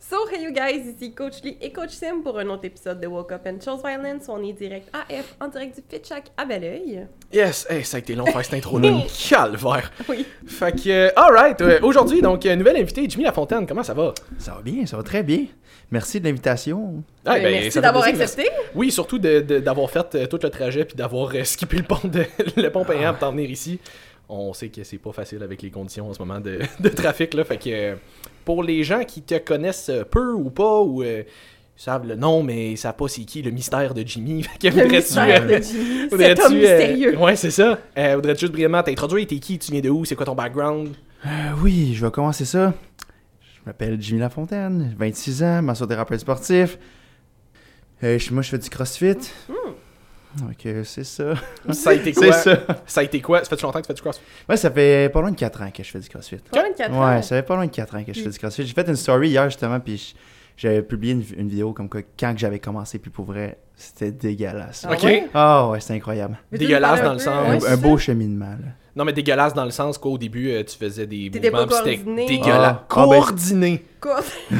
So, hey you guys, ici Coach Lee et Coach Sim pour un autre épisode de Woke Up and Chose Violence. On est direct AF, en direct du Fit Shack à Belleuil. Yes! Hey, ça a été long faire cette intro-là. Calvaire! Oui. Fait que, alright, aujourd'hui, donc, nouvelle invitée, Jimmy Lafontaine, comment ça va? Ça va bien, ça va très bien. Merci de l'invitation. Ouais, Merci ça fait d'avoir plaisir, accepté. Oui, surtout d'avoir fait tout le trajet puis d'avoir skippé le pont payant pour t'en venir ici. On sait que c'est pas facile avec les conditions en ce moment de trafic, là. Fait que, pour les gens qui te connaissent peu ou pas, ou savent le nom, mais ils savent pas c'est qui le mystère de Jimmy. Fait que Le mystère de Jimmy, cet homme mystérieux. Ouais, c'est ça. Voudrais-tu juste brièvement t'introduire? T'es qui? Tu viens de où? C'est quoi ton background? Oui, je vais commencer ça. Je m'appelle Jimmy Lafontaine, 26 ans, massothérapeute sportif. Moi, je fais du CrossFit. Donc, c'est ça. Ça a été quoi? Ça a été quoi? Ça fait longtemps que tu fais du CrossFit? Ouais, ça fait pas loin de 4 ans que je fais du CrossFit. 24 ans. Ouais, ça fait pas loin de 4 ans que je fais du CrossFit. J'ai fait une story hier, justement, puis j'avais publié une vidéo comme quoi, quand que j'avais commencé, puis pour vrai, c'était dégueulasse. Ah OK. ouais? Ah ouais, c'était incroyable. Veux-tu Dégueulasse nous dans le parler sens. peu? Un beau cheminement, là. Non, mais dégueulasse dans le sens qu'au début, tu faisais des T'étais mouvements, pas puis c'était coordonné. dégueulasse. Ah, ben- Coordonné. Quoi?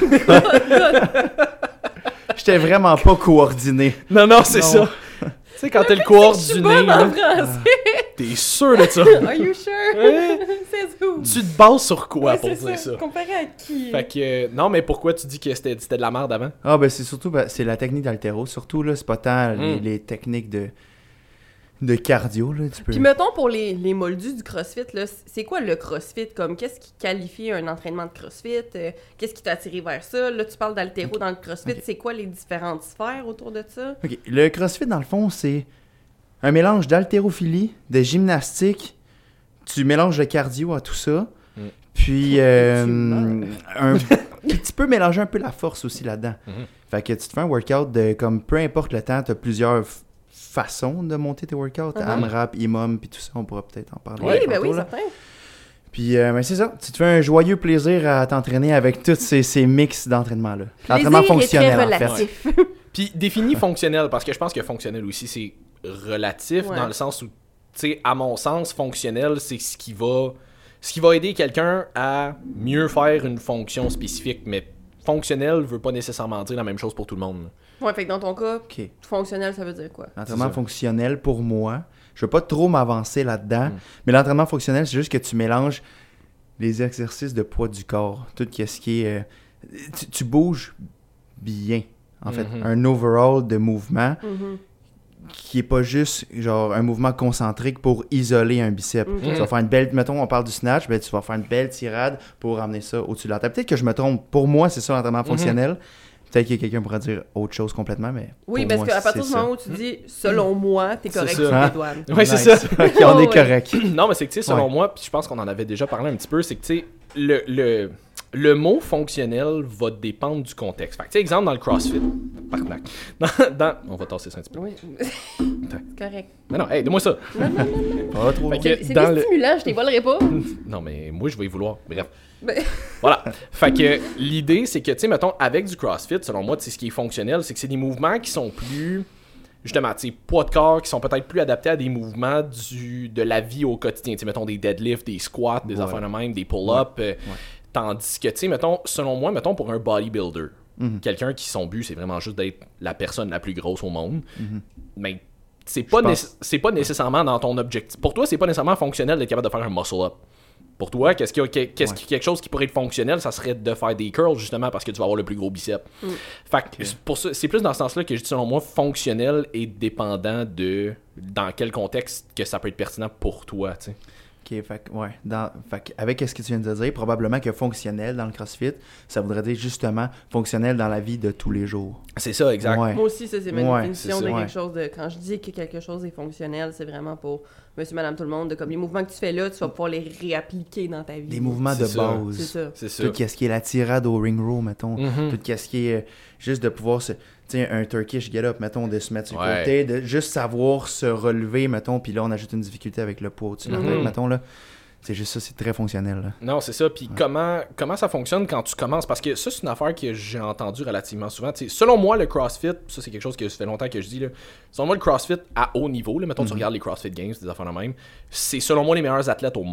J'étais vraiment pas coordonné. Non, c'est Non. ça. Tu sais, quand t'es le Je suis coordonné, bonne en là, français. t'es sûr de ça. Are you sure? Ouais. C'est tout. Tu te bases sur quoi Ouais, pour c'est dire ça? Comparé à qui? Fait que, non, mais pourquoi tu dis que c'était de la merde avant? Ah, ben c'est surtout, c'est la technique d'haltéro, surtout, là, c'est pas tant les techniques de cardio, là, tu peux... Puis mettons pour les moldus du CrossFit, là, c'est quoi le CrossFit? Comme qu'est-ce qui qualifie un entraînement de CrossFit? Qu'est-ce qui t'a attiré vers ça? Là, tu parles d'haltéro dans le CrossFit. Ok. C'est quoi les différentes sphères autour de ça? OK. Le CrossFit, dans le fond, c'est un mélange d'haltérophilie, de gymnastique. Tu mélanges le cardio à tout ça. Mm. Puis, meurs. puis tu peux mélanger un peu la force aussi là-dedans. Fait que tu te fais un workout de, comme, peu importe le temps, tu as plusieurs façons de monter tes workouts. AMRAP, IMOM, puis tout ça, on pourra peut-être en parler. Oui, ben tantôt, oui, là. certain. Puis, ben c'est ça. Tu te fais un joyeux plaisir à t'entraîner avec tous ces mix d'entraînement-là. L'entraînement Plaisir est fonctionnel, très en fait. relatif. Puis définis fonctionnel, parce que je pense que fonctionnel aussi, c'est relatif, Ouais. dans le sens où, tu sais, à mon sens, fonctionnel, c'est ce qui va aider quelqu'un à mieux faire une fonction spécifique, mais fonctionnel veut pas nécessairement dire la même chose pour tout le monde. Ouais, fait que dans ton cas, OK. fonctionnel, ça veut dire quoi? L'entraînement C'est ça. fonctionnel, pour moi, je veux pas trop m'avancer là-dedans, mais l'entraînement fonctionnel, c'est juste que tu mélanges les exercices de poids du corps, tout ce qui est... tu bouges bien, en fait. Un overall de mouvement qui est pas juste genre un mouvement concentrique pour isoler un bicep. Tu vas faire une belle... Mettons, on parle du snatch, ben, tu vas faire une belle tirade pour ramener ça au-dessus de la table. Peut-être que je me trompe. Pour moi, c'est ça l'entraînement fonctionnel. Peut-être que quelqu'un pourra dire autre chose complètement, mais Oui, pour parce moi, qu'à partir c'est du ça. moment où tu dis « selon moi », t'es correct C'est sur ça. tes douanes. Ouais, c'est Nice. ça. OK, on Oh, est ouais. correct. Non, mais c'est que, tu sais, selon Ouais. moi, puis je pense qu'on en avait déjà parlé un petit peu, c'est que, tu sais, le mot fonctionnel va dépendre du contexte. Fait que, tu sais, exemple, dans le CrossFit. Parnac. On va tasser ça un petit peu. Oui, c'est correct. Mais non, hey, dis-moi ça. Pas trop Fait long. que C'est dans des le... stimulants, je les volerai pas. Non, mais moi, je vais y vouloir. Bref. Ben, Voilà. Fait que l'idée, c'est que, tu sais, mettons, avec du CrossFit, selon moi, tu sais, ce qui est fonctionnel, c'est que c'est des mouvements qui sont plus, justement, tu sais, poids de corps, qui sont peut-être plus adaptés à des mouvements de la vie au quotidien. Tu sais, mettons, des deadlifts, des squats, des affaires de même, des pull-ups. Tandis que, tu sais, mettons, selon moi, mettons, pour un bodybuilder, quelqu'un qui, son but, c'est vraiment juste d'être la personne la plus grosse au monde, mais c'est pas, c'est pas nécessairement dans ton objectif. Pour toi, c'est pas nécessairement fonctionnel d'être capable de faire un muscle-up. Pour toi, quelque chose qui pourrait être fonctionnel, ça serait de faire des curls, justement, parce que tu vas avoir le plus gros bicep. Fait que pour ça, c'est plus dans ce sens-là que je dis, selon moi, fonctionnel et dépendant de dans quel contexte que ça peut être pertinent pour toi, tu sais. OK, fait que, ouais. Fait que, avec ce que tu viens de dire, probablement que fonctionnel dans le CrossFit, ça voudrait dire justement fonctionnel dans la vie de tous les jours. C'est ça, exact. Ouais. moi aussi, ça, c'est ma Ouais, définition c'est de ça. quelque chose de... Quand je dis que quelque chose est fonctionnel, c'est vraiment pour monsieur, madame, tout le monde. De comme les mouvements que tu fais là, tu vas pouvoir les réappliquer dans ta vie. Des mouvements C'est de ça. base. C'est ça. C'est ça. Tout ce qui est la tirade au ring row, mettons. Tout ce qui est juste de pouvoir se... Tu sais, un Turkish get-up, mettons, de se mettre sur le Ouais. côté, de juste savoir se relever, mettons, puis là, on ajoute une difficulté avec le poids au-dessus de la tête, mettons, là. C'est juste ça, c'est très fonctionnel, là. Non, c'est ça. Puis comment ça fonctionne quand tu commences? Parce que ça, c'est une affaire que j'ai entendue relativement souvent. Tu sais, selon moi, le CrossFit, ça, c'est quelque chose que ça fait longtemps que je dis, là. Selon moi, le CrossFit à haut niveau, là, mettons, tu regardes les CrossFit Games, des affaires de même, c'est selon moi les meilleurs athlètes au monde.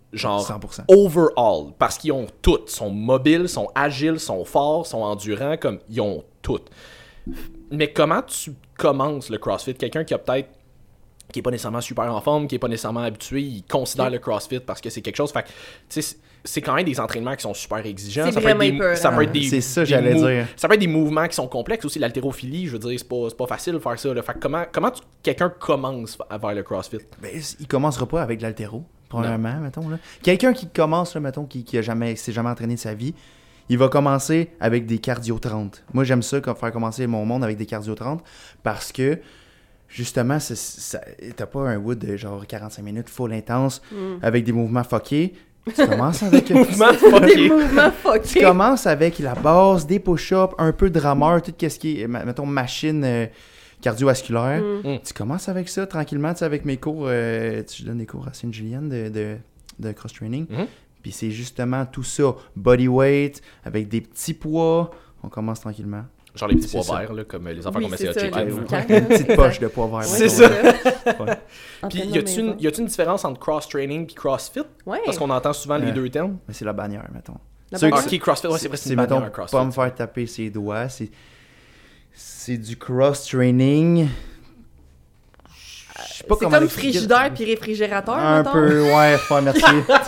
genre 100%. overall, parce qu'ils ont tout, sont mobiles, sont agiles, sont forts, sont endurants, comme ils ont tout. Mais comment tu commences le CrossFit? Quelqu'un qui a peut-être qui est pas nécessairement super en forme, qui est pas nécessairement habitué, il considère le CrossFit parce que c'est quelque chose. Fait que, tu sais, c'est quand même des entraînements qui sont super exigeants. C'est Ça peut être vraiment épeurant. ça peut être des, C'est ça, des j'allais dire. Ça peut être des mouvements qui sont complexes aussi. L'haltérophilie, je veux dire, c'est pas facile de faire ça. Là. Fait que comment quelqu'un commence vers le CrossFit? Ben, il commencera pas avec de l'haltéro, premièrement, mettons. Là. Quelqu'un qui commence, là, mettons, qui s'est jamais entraîné de sa vie, il va commencer avec des cardio 30. Moi, j'aime ça, faire commencer mon monde avec des cardio 30 parce que, justement, t'as pas un wood de genre 45 minutes full intense avec des mouvements fuckés. Tu commences avec Des mouvements fuckés. Tu commences avec la base, des push-ups, un peu de rameur, tout ce qui est, mettons, machine cardiovasculaire. Tu commences avec ça tranquillement, tu sais, avec mes cours. Je donne des cours à Sainte-Julienne de cross-training. Puis c'est justement tout ça, body weight, avec des petits poids. On commence tranquillement. Genre les petits C'est pois ça. verts, là, comme les affaires qu'on met c'est sur ça, chicken. le là. camp, Une petite poche de poids vert. C'est mettons, ça. là. Puis y a-tu une différence entre cross-training et CrossFit? Ouais. Parce qu'on entend souvent les deux termes. Mais c'est la bannière, mettons. La Ceux bannière. qui- Ok, CrossFit, ouais, c'est vrai, c'est C'est, une mettons, bannière, CrossFit. pas me faire taper ses doigts. C'est du cross-training. Je sais pas C'est comment comme l'expliquer. frigidaire puis réfrigérateur, Un mettons. peu, ouais, merci.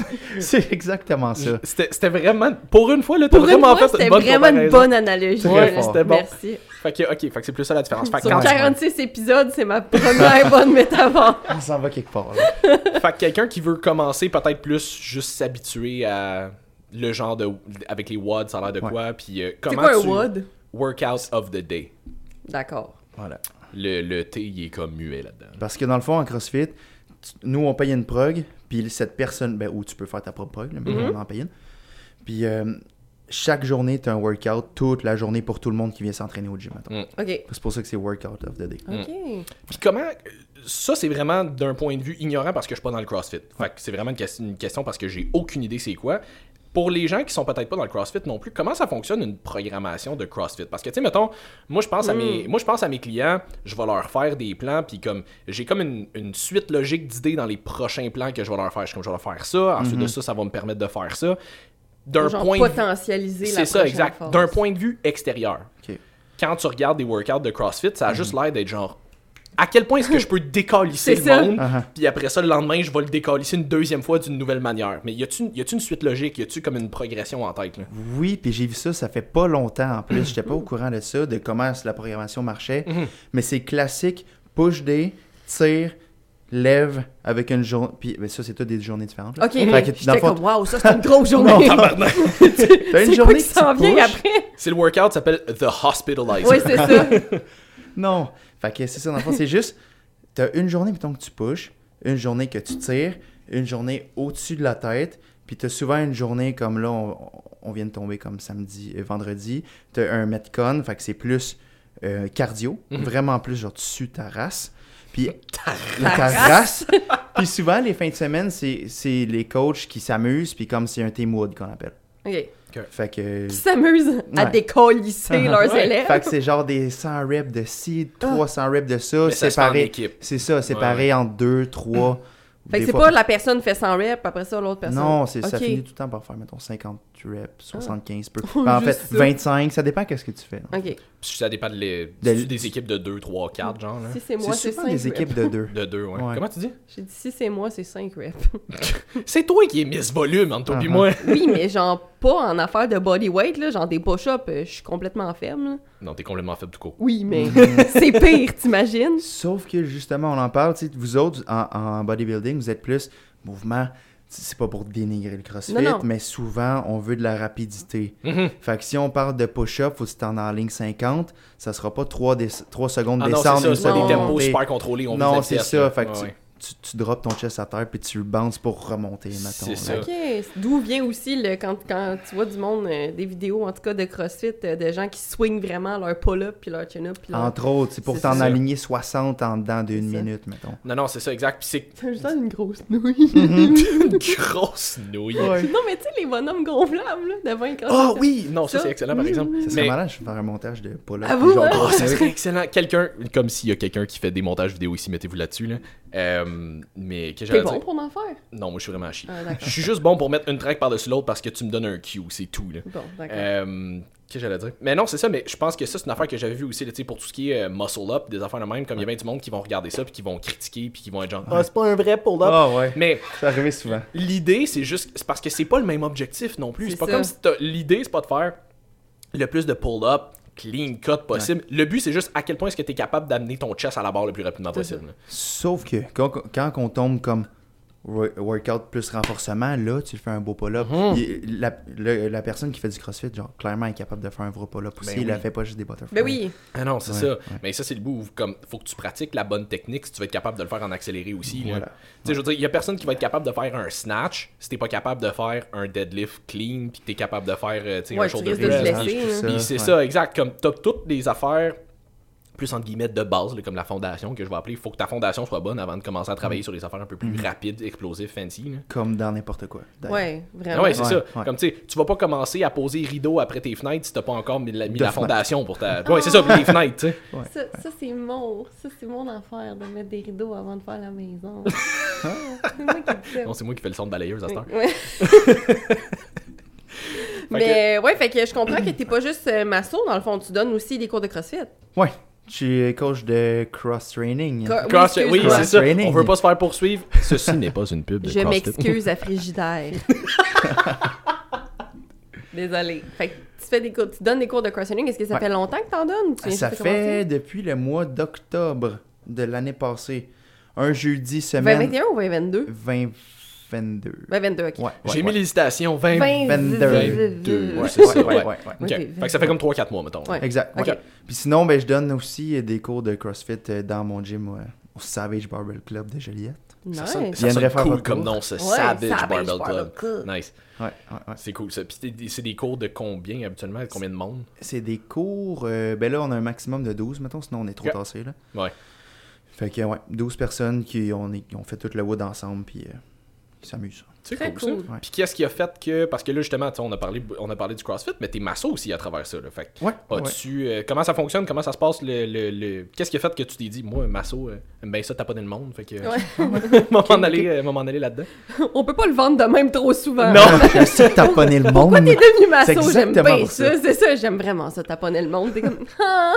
C'est exactement ça. C'était vraiment... Pour une fois, là, t'as Pour une vraiment fois, fait c'était une bonne vraiment une comparaison. bonne analogie. Ouais, là. c'était bon. Merci. Fait que c'est plus ça la différence. Fait que, Sur quand- 46 épisodes, c'est ma première bonne métaphore. On s'en va quelque part. Là. fait que quelqu'un qui veut commencer, peut-être plus juste s'habituer à le genre de... Avec les WOD, ça a l'air de Ouais. quoi, puis C'est comment quoi un tu... WOD? Workout of the day. D'accord. Voilà. Le T, il est comme muet là-dedans. Parce que dans le fond, en CrossFit, nous, on paye une prog, puis cette personne, ou tu peux faire ta propre prog, là, mais on en paye une. Puis chaque journée, tu as un workout toute la journée pour tout le monde qui vient s'entraîner au gym. Mettons. OK. C'est pour ça que c'est Workout of the Day. OK. Puis comment... Ça, c'est vraiment d'un point de vue ignorant parce que je suis pas dans le CrossFit. Fait que c'est vraiment une question parce que j'ai aucune idée c'est quoi. Pour les gens qui sont peut-être pas dans le CrossFit non plus, comment ça fonctionne une programmation de CrossFit? Parce que, tu sais, mettons, moi, je pense à mes clients, je vais leur faire des plans, puis comme j'ai comme une suite logique d'idées dans les prochains plans que je vais leur faire. Je suis comme, je vais leur faire ça, ensuite de ça, ça va me permettre de faire ça. D'un Genre point de vue... potentialiser la C'est ça, prochaine exact. phase. D'un point de vue extérieur. OK. Quand tu regardes des workouts de CrossFit, ça a juste l'air d'être genre... À quel point est-ce que je peux décalisser C'est le ça. monde, Uh-huh. puis après ça, le lendemain, je vais le décalisser une deuxième fois d'une nouvelle manière. Mais y a-tu une suite logique? Y a-tu comme une progression en tête? Là? Oui, puis j'ai vu ça fait pas longtemps en plus. J'étais pas au courant de ça, de comment la programmation marchait. Mais c'est classique, push day, tire, lève avec une journée. Puis mais ça, c'est tout des journées différentes. là. OK. Fait que, dans le J'étais fond, comme, waouh, ça, c'est une grosse journée. t'as une C'est quoi journée qui que s'en tu vient pushes. après? C'est le workout qui s'appelle The Hospitalizer. Oui, c'est ça. Non. Fait que c'est ça, dans le fond, c'est juste, t'as une journée, mettons, que tu pushes, une journée que tu tires, une journée au-dessus de la tête, puis t'as souvent une journée comme là, on vient de tomber comme vendredi, t'as un Metcon, fait que c'est plus cardio, vraiment plus genre tu sues ta race. Puis ta race. Puis souvent, les fins de semaine, c'est les coachs qui s'amusent, puis comme c'est un team wood qu'on appelle. OK. Fait que... Qui s'amusent à Ouais. décalisser leurs Ouais. élèves. Fait que c'est genre des 100 reps de ci, 300 reps de ça, Mais ça se fait en séparé. équipe. C'est ça, séparé en 2, 3. Fait que c'est pas la personne fait 100 reps, après ça, l'autre personne. Non, ça Ok. finit tout le temps par faire, mettons, 50 reps, 75 peu. Oh, En fait, juste ça. 25, ça dépend qu'est-ce que tu fais. là. OK. Puis ça dépend des équipes de 2, 3, 4, genre. Là. Si c'est moi, c'est C'est souvent 5 des reps. équipes de 2. De 2, ouais. Ouais. Comment tu dis? J'ai dit, si c'est moi, c'est 5 reps. C'est toi qui es Miss Volume entre toi et Uh-huh. moi. Oui, mais genre pas en affaire de bodyweight, là, genre des push-ups, je suis complètement ferme. Là. Non, t'es complètement fait du coup. Oui, mais c'est pire, t'imagines? Sauf que justement, on en parle, tu sais, vous autres, en bodybuilding, vous êtes plus mouvement. C'est pas pour dénigrer le CrossFit, Non, non. mais souvent, on veut de la rapidité. Fait que si on parle de push-up, faut que tu en en ligne 50, ça sera pas 3 secondes Ah non, descendre, c'est ça, une c'est pas des seconde tempos montée. super contrôlés. On Non, vise c'est la pièce, ça. là. Fait que Ouais, ouais. tu drops ton chest à terre puis tu le bounces pour remonter, mettons. C'est là. ça. OK. D'où vient aussi, quand tu vois du monde, des vidéos, en tout cas, de CrossFit, de gens qui swingent vraiment leur pull-up puis leur chin-up. Puis leur... Entre autres, c'est pour C'est t'en ça. aligner 60 en dedans d'une C'est ça. minute, mettons. Non, c'est ça, exact. Puis c'est C'est juste une grosse nouille. une grosse nouille. Non, mais tu sais, les bonhommes gonflables, là, de 20 Ah oui! Non, ça Ça. c'est excellent par exemple. Ça serait Mais malade, je vais faire un montage de pull-up. Ah, puis vous, genre, hein? oh, ça serait excellent. Quelqu'un, comme s'il y a quelqu'un qui fait des montages vidéo ici, mettez-vous là-dessus. Là. Mais que T'es j'allais bon dire? pour m'en faire? Non, moi je suis vraiment à chier. Ah, d'accord. Je suis juste bon pour mettre une track par-dessus l'autre parce que tu me donnes un cue, c'est tout. Là. Bon, d'accord. Qu'est-ce que j'allais dire? Mais non, c'est ça, mais je pense que ça, c'est une affaire que j'avais vue aussi, là, pour tout ce qui est muscle up, des affaires de même, comme il y avait du monde qui vont regarder ça, puis qui vont critiquer, puis qui vont être genre, ah, c'est pas un vrai pull-up. Ah ouais. Mais Ça arrive souvent. l'idée, c'est juste, c'est parce que c'est pas le même objectif non plus. C'est C'est pas ça. comme si l'idée, c'est pas de faire le plus de pull-up, clean cut possible. Le but, c'est juste à quel point est-ce que t'es capable d'amener ton chest à la barre le plus rapidement C'est ça. possible. Sauf que quand on tombe comme workout plus renforcement, là, tu fais un beau pull-up. La personne qui fait du CrossFit, genre, clairement, est capable de faire un vrai pull-up aussi. Ben Elle oui. fait pas juste des butterflies. Ben oui. Ah non, c'est Ouais, ça. ouais. Mais ça, c'est le bout où comme, faut que tu pratiques la bonne technique si tu veux être capable de le faire en accéléré aussi. là. Voilà. Tu sais, je veux dire, il y a personne qui va être capable de faire un snatch si t'es pas capable de faire un deadlift clean, puis que t'es capable de faire tu sais, Ouais, un tu shoulder risques de press. te puis- blesser, hein. Puis c'est ouais. ça, exact. Comme t'as toutes les affaires plus entre guillemets de base, là, comme la fondation que je vais appeler. Il faut que ta fondation soit bonne avant de commencer à travailler sur des affaires un peu plus rapides, explosives, fancy. Là. Comme dans n'importe quoi. d'ailleurs. Ouais, Ah vraiment. ouais, c'est Ouais, ça. ouais. Comme tu sais, tu vas pas commencer à poser rideau après tes fenêtres si t'as pas encore mis la fenêtres. fondation pour ta. Ouais, c'est ça, pour les fenêtres, tu sais. Ça, c'est mon affaire de mettre des rideaux avant de faire la maison. C'est moi qui dis ça. Non, c'est moi qui fais le son de balayeuse à cette heure. Ouais. Mais ouais, fait que je comprends que t'es pas juste masso, dans le fond, tu donnes aussi des cours de CrossFit. Ouais. Je suis coach de cross-training. CrossFit, oui, excuse-moi. c'est ça. Training. On veut pas se faire poursuivre. Ceci n'est pas une pub de Je CrossFit. m'excuse à Frigidaire. Désolée. Fait que tu donnes des cours de cross-training. Est-ce que ça Ouais. fait longtemps que t'en donnes? Ou tu viens Ça juste de commencer? fait depuis le mois d'octobre de l'année passée. Un jeudi semaine. 2021 ou 2022? 2022. 2022, ok. Ouais, J'ai ouais, mis l'hésitation 20. 22. Ouais, c'est ça, ouais, ouais. ouais. Ok. Ok. Fait que ça fait comme 3-4 mois, mettons. Ouais. Exact. Ok. ouais. Puis sinon, ben, je donne aussi des cours de CrossFit dans mon gym au Savage Barbell Club de Joliette. Nice. Ça sonne Viendrait faire cool votre comme tour. nom, ce Ouais, Savage Barbell Barbell Club. Club. Nice. Ouais, ouais. C'est cool ça. Puis c'est des cours de combien habituellement? Combien de monde? C'est des cours. Ben là, on a un maximum de 12, mettons, sinon on est trop Ok. tassé. Là. Ouais. Fait que, ouais, 12 personnes qui ont fait tout le wood ensemble, puis qui s'amusent. C'est Très cool, cool. ça. Ouais. Puis qu'est-ce qui a fait que. Parce que là, justement, tu sais, on a parlé du CrossFit, mais t'es masso aussi à travers ça. Là. Fait que, Ouais, ouais. as-tu, comment ça fonctionne? Comment ça se passe? Qu'est-ce qui a fait que tu t'es dit, moi, masso, aime bien ça taponner le monde? Fait que. Ouais. m'en aller là-dedans. On peut pas le vendre de même trop souvent. Non! Je sais que taponner le monde. Pourquoi t'es devenu masso? C'est J'aime exactement bien pour ça. ça. C'est ça, j'aime vraiment ça, taponner le monde. T'es comme... Ah!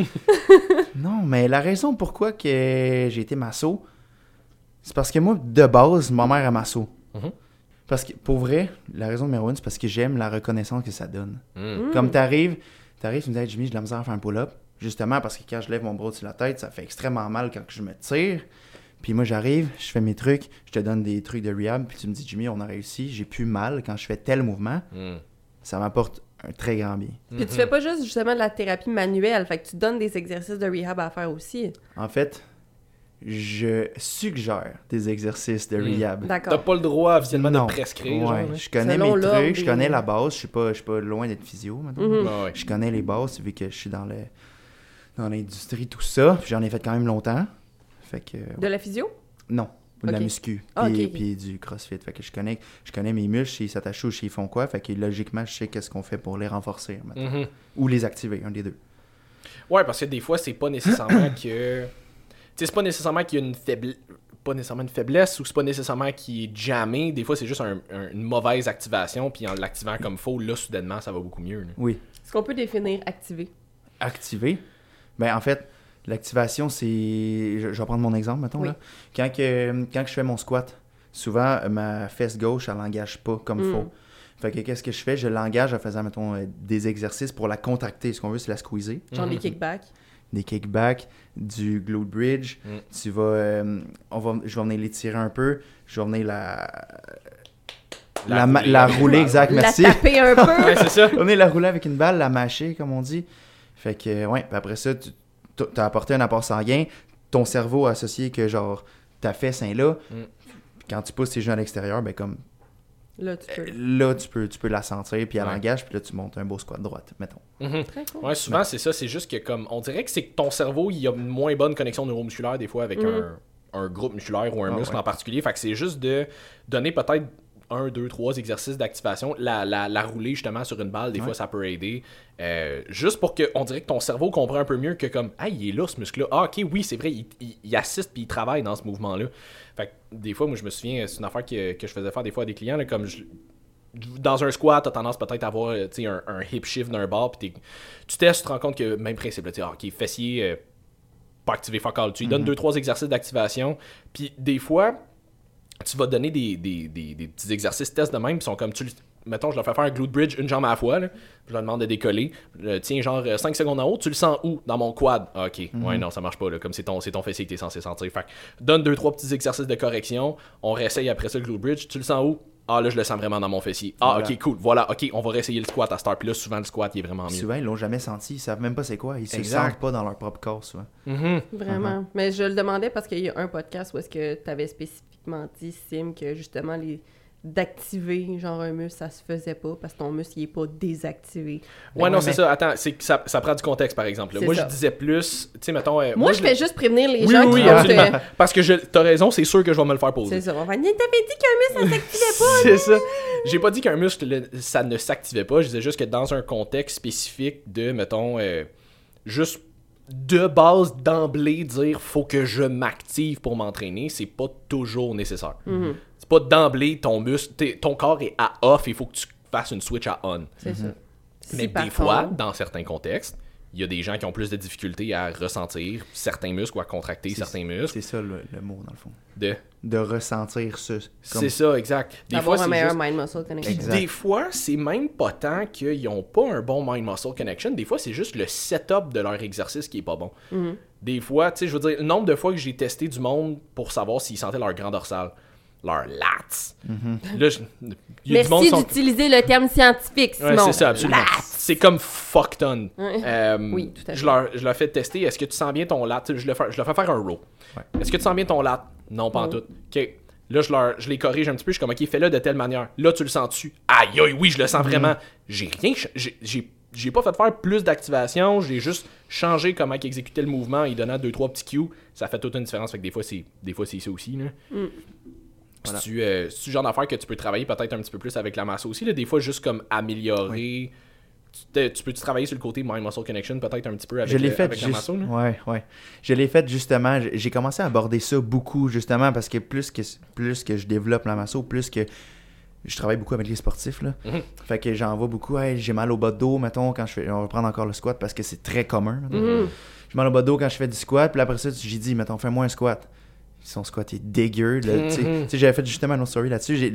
Non, mais la raison pourquoi que j'ai été masso, c'est parce que moi, de base, ma mère est masso. Mhm. Parce que, pour vrai, la raison numéro 1, c'est parce que j'aime la reconnaissance que ça donne. Mm. Comme t'arrives, tu me dis, hey, Jimmy, j'ai de la misère à faire un pull-up. Justement, parce que quand je lève mon bras au-dessus de la tête, ça fait extrêmement mal quand je me tire. Puis moi, j'arrive, je fais mes trucs, je te donne des trucs de rehab, puis tu me dis, Jimmy, on a réussi, j'ai plus mal quand je fais tel mouvement. Mm. Ça m'apporte un très grand bien. Puis tu fais pas juste justement de la thérapie manuelle, fait que tu donnes des exercices de rehab à faire aussi. En fait, je suggère des exercices de rehab. T'as D'accord. pas le droit officiellement Non. de prescrire. Ouais, genre, hein? je connais Selon mes l'ordre trucs, je connais des- la base, je suis pas loin d'être physio maintenant. Mhm. Ouais, ouais. Je connais les bases vu que je suis dans l'industrie, tout ça, puis j'en ai fait quand même longtemps. Fait que De la physio? non, de la Ok. muscu, Ah, puis, ok. puis du CrossFit. Fait que je connais mes muscles, s'ils s'attachent ou s'ils font quoi, fait que logiquement, je sais qu'est-ce qu'on fait pour les renforcer maintenant. Mhm. Ou les activer, un des deux. Ouais, parce que des fois, c'est pas nécessairement que. Tu sais, c'est pas nécessairement qu'il y a une faiblesse. Pas nécessairement une faiblesse ou c'est pas nécessairement qu'il est jammé. Des fois, c'est juste une mauvaise activation. Puis en l'activant comme faux, là, soudainement, ça va beaucoup mieux. Là. Oui. Est-ce qu'on peut définir activer? Activer. Ben en fait, l'activation, c'est. Je vais prendre mon exemple, mettons. Oui. Là. Quand je fais mon squat, souvent, ma fesse gauche, elle l'engage pas comme Mm. faut. Fait que qu'est-ce que je fais? Je l'engage en faisant, mettons, des exercices pour la contracter. Ce qu'on veut, c'est la squeezer. Genre Mhm. les kickbacks? Des kickbacks, du glute bridge. Mm. Tu vas, je vais venir l'étirer un peu. Je vais venir la rouler, exact, merci. La taper un peu? Ouais, c'est ça. On est la rouler avec une balle, la mâcher, comme on dit. Fait que, ouais, puis après ça, tu as apporté un apport sanguin. Ton cerveau a associé que, genre, ta fesse est là. Mm. Puis quand tu pousses tes genoux à l'extérieur, ben comme, Là, tu peux. là, tu peux la sentir, puis elle Ouais. engage, puis là, tu montes un beau squat droite, mettons. Mhm. Très cool. Ouais, souvent, c'est ça. C'est juste que, comme, on dirait que c'est que ton cerveau, il y a une moins bonne connexion neuromusculaire, des fois, avec un groupe musculaire ou un Ah, muscle ouais. en particulier. Fait que c'est juste de donner peut-être 1, 2, 3 exercices d'activation. La rouler justement sur une balle, des fois ça peut aider. Juste pour qu'on dirait que ton cerveau comprend un peu mieux que comme ah, il est là ce muscle-là. Ah, ok, oui, c'est vrai, il assiste puis il travaille dans ce mouvement-là. Fait que des fois, moi je me souviens, c'est une affaire que je faisais faire des fois à des clients, là, comme dans un squat, t'as tendance peut-être à avoir un hip shift d'un bord, puis tu testes, tu te rends compte que même principe, là, ok, fessier, pas activé fuck all. Tu lui donnes 2-3 exercices d'activation, puis des fois, tu vas donner des petits exercices tests de même, qui sont comme, mettons, je leur fais faire un glute bridge une jambe à la fois, là, je leur demande de décoller, tiens, genre 5 secondes en haut, tu le sens où? Dans mon quad. Ah, ok, ouais, non, ça marche pas, là, comme c'est ton fessier que t'es censé sentir. Fait que donne 2-3 petits exercices de correction, on réessaye après ça le glute bridge, tu le sens où? Ah, là, je le sens vraiment dans mon fessier. Ah, voilà. Ok, cool. Voilà, ok, on va réessayer le squat à cette heure. Puis là, souvent, le squat, il est vraiment mieux. Souvent, ils l'ont jamais senti. Ils savent même pas c'est quoi. Ils se sentent pas dans leur propre corps, souvent. Vraiment. Mais je le demandais parce qu'il y a un podcast où est-ce que tu avais spécifiquement dit, Sim, que justement, d'activer genre un muscle, ça se faisait pas parce que ton muscle, il est pas désactivé. Ouais, non, c'est ça. Attends, c'est que ça prend du contexte, par exemple. Moi, je disais plus, tu sais, mettons... moi, je fais juste prévenir les gens qui absolument. Parce que t'as raison, c'est sûr que je vais me le faire poser. C'est ça. On va dire, t'avais dit qu'un muscle, ça s'activait pas. C'est ça. J'ai pas dit qu'un muscle, ça ne s'activait pas. Je disais juste que dans un contexte spécifique de, mettons, juste de base, d'emblée, dire « faut que je m'active pour m'entraîner », c'est pas toujours nécessaire. C'est pas d'emblée, ton muscle, ton corps est à off, il faut que tu fasses une switch à on. C'est ça. Mais des fois, dans certains contextes, il y a des gens qui ont plus de difficultés à ressentir certains muscles ou à contracter certains muscles. C'est ça le mot, dans le fond. De ressentir ce... C'est ça, exact. D'avoir un meilleur mind-muscle connection. Exact. Des fois, c'est même pas tant qu'ils n'ont pas un bon mind-muscle connection. Des fois, c'est juste le setup de leur exercice qui est pas bon. Des fois, tu sais, je veux dire, le nombre de fois que j'ai testé du monde pour savoir s'ils sentaient leur grand dorsal, leur lats. Là, merci d'utiliser le terme scientifique, Simon. Ouais, c'est ça, absolument. Lats. C'est comme fuck ton. Oui, tout à fait. Je leur fais tester. Est-ce que tu sens bien ton lat? Je leur fais faire un row. Ouais. Est-ce que tu sens bien ton lat? Non, pas en tout. OK. Là, je les corrige un petit peu. Je suis comme, OK, fais-le de telle manière. Là, tu le sens-tu? Aïe, aïe, oui, je le sens vraiment. J'ai rien... J'ai pas fait faire plus d'activation. J'ai juste changé comment exécuter le mouvement et donnant 2-3 petits cues. Ça fait toute une différence. Fait que des fois, c'est ça aussi, là. Voilà. C'est le genre d'affaire que tu peux travailler peut-être un petit peu plus avec la masse aussi. Là. Des fois, juste comme améliorer. Oui. Tu peux travailler sur le côté mind-muscle connection peut-être un petit peu avec, avec la masse. Ouais. Je l'ai fait justement. J'ai commencé à aborder ça beaucoup justement parce que plus que je développe la masse, plus que je travaille beaucoup avec les sportifs. Là. Fait que j'en vois beaucoup. Hey, j'ai mal au bas de dos, mettons, quand je fais. On va prendre encore le squat parce que c'est très commun. J'ai mal au bas de dos quand je fais du squat. Puis après ça, j'ai dit, mettons, fais-moi un squat. Son squat est dégueu. Tu sais, j'avais fait justement une autre story là-dessus.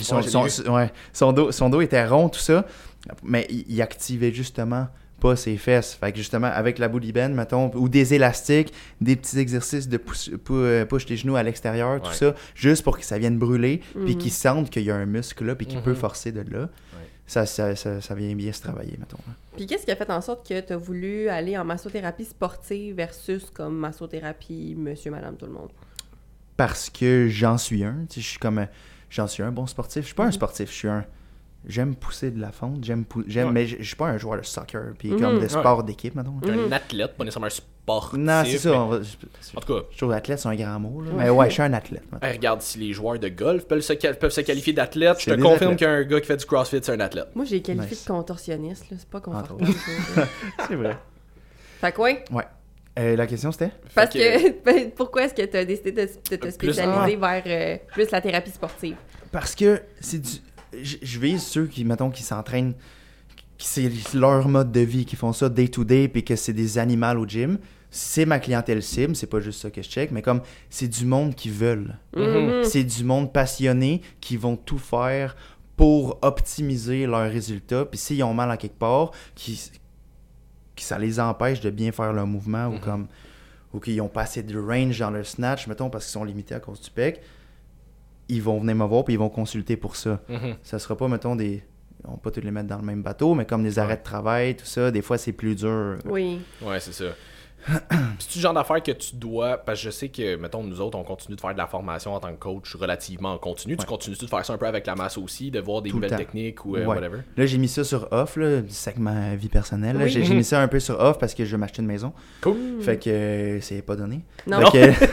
Son dos était rond, tout ça. Mais il activait justement pas ses fesses. Fait que justement, avec la bully band, mettons, ou des élastiques, des petits exercices de push tes genoux à l'extérieur, tout ça, juste pour que ça vienne brûler, puis qu'ils sentent qu'il y a un muscle là, puis qu'il peut forcer de là. Ça vient bien se travailler, mettons. Puis qu'est-ce qui a fait en sorte que tu as voulu aller en massothérapie sportive versus comme massothérapie monsieur, madame, tout le monde? Parce que j'en suis un. J'en suis un bon sportif. Je suis pas un sportif, je suis un... J'aime pousser de la fonte, mais je suis pas un joueur de soccer, puis comme de sport d'équipe, mettons. Un athlète, pas nécessairement un sportif. Non, c'est ça. En tout cas... Je trouve athlète, c'est un grand mot, là. Mais ouais, je suis un athlète. Regarde, si les joueurs de golf peuvent se qualifier d'athlète, je te confirme qu'un gars qui fait du CrossFit, c'est un athlète. Moi, j'ai qualifié de contorsionniste, là. C'est pas confortable. C'est vrai. Fait quoi? Ouais. La question, c'était? Parce que pourquoi est-ce que tu as décidé de te spécialiser vers plus la thérapie sportive? Parce que c'est du... Je vise ceux qui, mettons, qui s'entraînent, qui c'est leur mode de vie, qui font ça day to day, puis que c'est des animaux au gym. C'est ma clientèle cible, c'est pas juste ça que je check, mais comme c'est du monde qui veulent. C'est du monde passionné qui vont tout faire pour optimiser leurs résultats. Puis s'ils ont mal à quelque part, qui ça les empêche de bien faire leur mouvement ou qu'ils n'ont pas assez de range dans leur snatch, mettons, parce qu'ils sont limités à cause du pec, ils vont venir me voir puis ils vont consulter pour ça. Ça sera pas, mettons, on va pas tous les mettre dans le même bateau, mais comme des arrêts de travail, tout ça, des fois, c'est plus dur. Oui. Ouais, c'est ça. C'est-tu le genre d'affaire que tu dois... Parce que je sais que, mettons, nous autres, on continue de faire de la formation en tant que coach relativement en continu. Ouais. Tu continues-tu de faire ça un peu avec la masse aussi, de voir des nouvelles techniques ou whatever? Là, j'ai mis ça sur off, là, c'est ma vie personnelle. Là. J'ai mis ça un peu sur off parce que je veux m'acheter une maison. Cool. Fait que c'est pas donné. Non.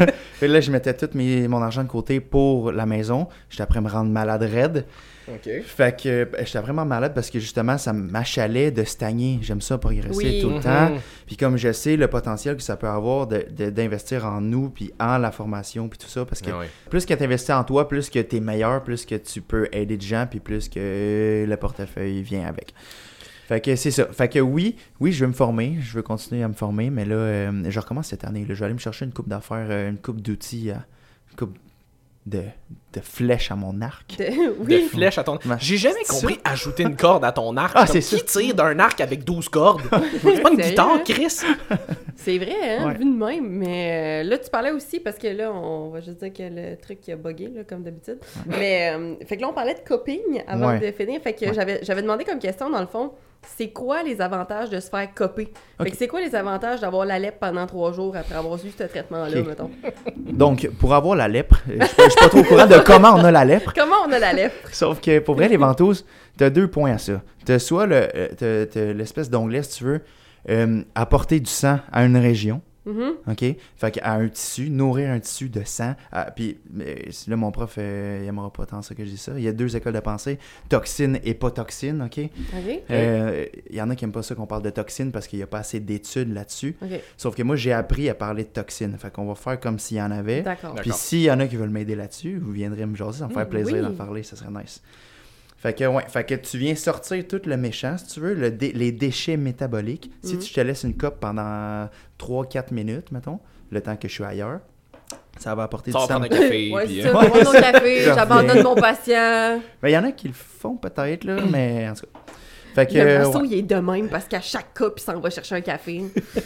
Fait que là, je mettais tout mon argent de côté pour la maison. J'étais après me rendre malade raide. OK. Fait que j'étais vraiment malade parce que justement, ça m'achalait de stagner. J'aime ça progresser Oui. tout le temps. Puis comme je sais le potentiel que ça peut avoir d'investir en nous, puis en la formation, puis tout ça, parce que plus que tu investis en toi, plus que tu es meilleur, plus que tu peux aider des gens, puis plus que le portefeuille vient avec. Fait que c'est ça. Fait que oui, je veux me former. Je veux continuer à me former, mais là, je recommence cette année. Là. Je vais aller me chercher une coupe d'affaires, une coupe d'outils, une coupe de flèches à mon arc. De flèches à ton... J'ai jamais compris ajouter une corde à ton arc. C'est qui tire d'un arc avec 12 cordes? C'est pas une guitare, Chris? C'est vrai, hein, vu de même. Mais là, tu parlais aussi, parce que là, on va juste dire que le truc qui a bugué, là, comme d'habitude. Mais, fait que là, on parlait de coping avant de finir. Fait que j'avais demandé comme question, dans le fond, c'est quoi les avantages de se faire coper? Fait que c'est quoi les avantages d'avoir la lèpre pendant 3 jours après avoir eu ce traitement-là, mettons? Donc, pour avoir la lèpre, je suis pas trop au courant de comment on a la lèpre. Comment on a la lèpre? Sauf que, pour vrai, les ventouses, t'as 2 points à ça. T'as soit t'as l'espèce d'onglet, si tu veux, apporter du sang à une région. OK? Fait qu'à un tissu, nourrir un tissu de sang. Puis là, mon prof, il aimera pas tant ça que je dis ça. Il y a 2 écoles de pensée, toxine et pas toxine, OK? Il y en a qui aiment pas ça qu'on parle de toxine parce qu'il y a pas assez d'études là-dessus. Sauf que moi, j'ai appris à parler de toxine. Fait qu'on va faire comme s'il y en avait. Puis s'il y en a qui veulent m'aider là-dessus, vous viendrez me jaser, ça me faire plaisir d'en parler, ça serait nice. Fait que tu viens sortir tout le méchant, si tu veux, les déchets métaboliques. Si tu te laisses une coupe pendant 3-4 minutes, mettons, le temps que je suis ailleurs, ça va apporter du sang. Ça va prendre un café. C'est ça, prendre mon café, j'abandonne mon patient. Il y en a qui le font peut-être, là, mais en tout cas. Fait que, le maçon, il est de même parce qu'à chaque coupe, il s'en va chercher un café.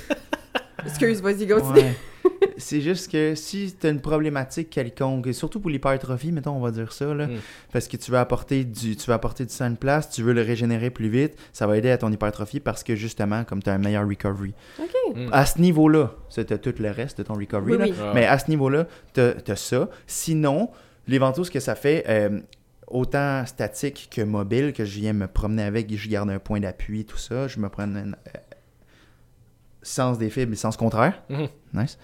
Excuse, vas-y, continue. C'est juste que si tu as une problématique quelconque, surtout pour l'hypertrophie, mettons, on va dire ça, là, parce que tu veux apporter du sang à une place, tu veux le régénérer plus vite, ça va aider à ton hypertrophie parce que justement, comme tu as un meilleur recovery. À ce niveau-là, tu as tout le reste de ton recovery, mais à ce niveau-là, tu as ça. Sinon, les ventouses, ce que ça fait, autant statique que mobile, que je viens me promener avec, je garde un point d'appui, tout ça, je me prends sens des fibres et sens contraire. Nice.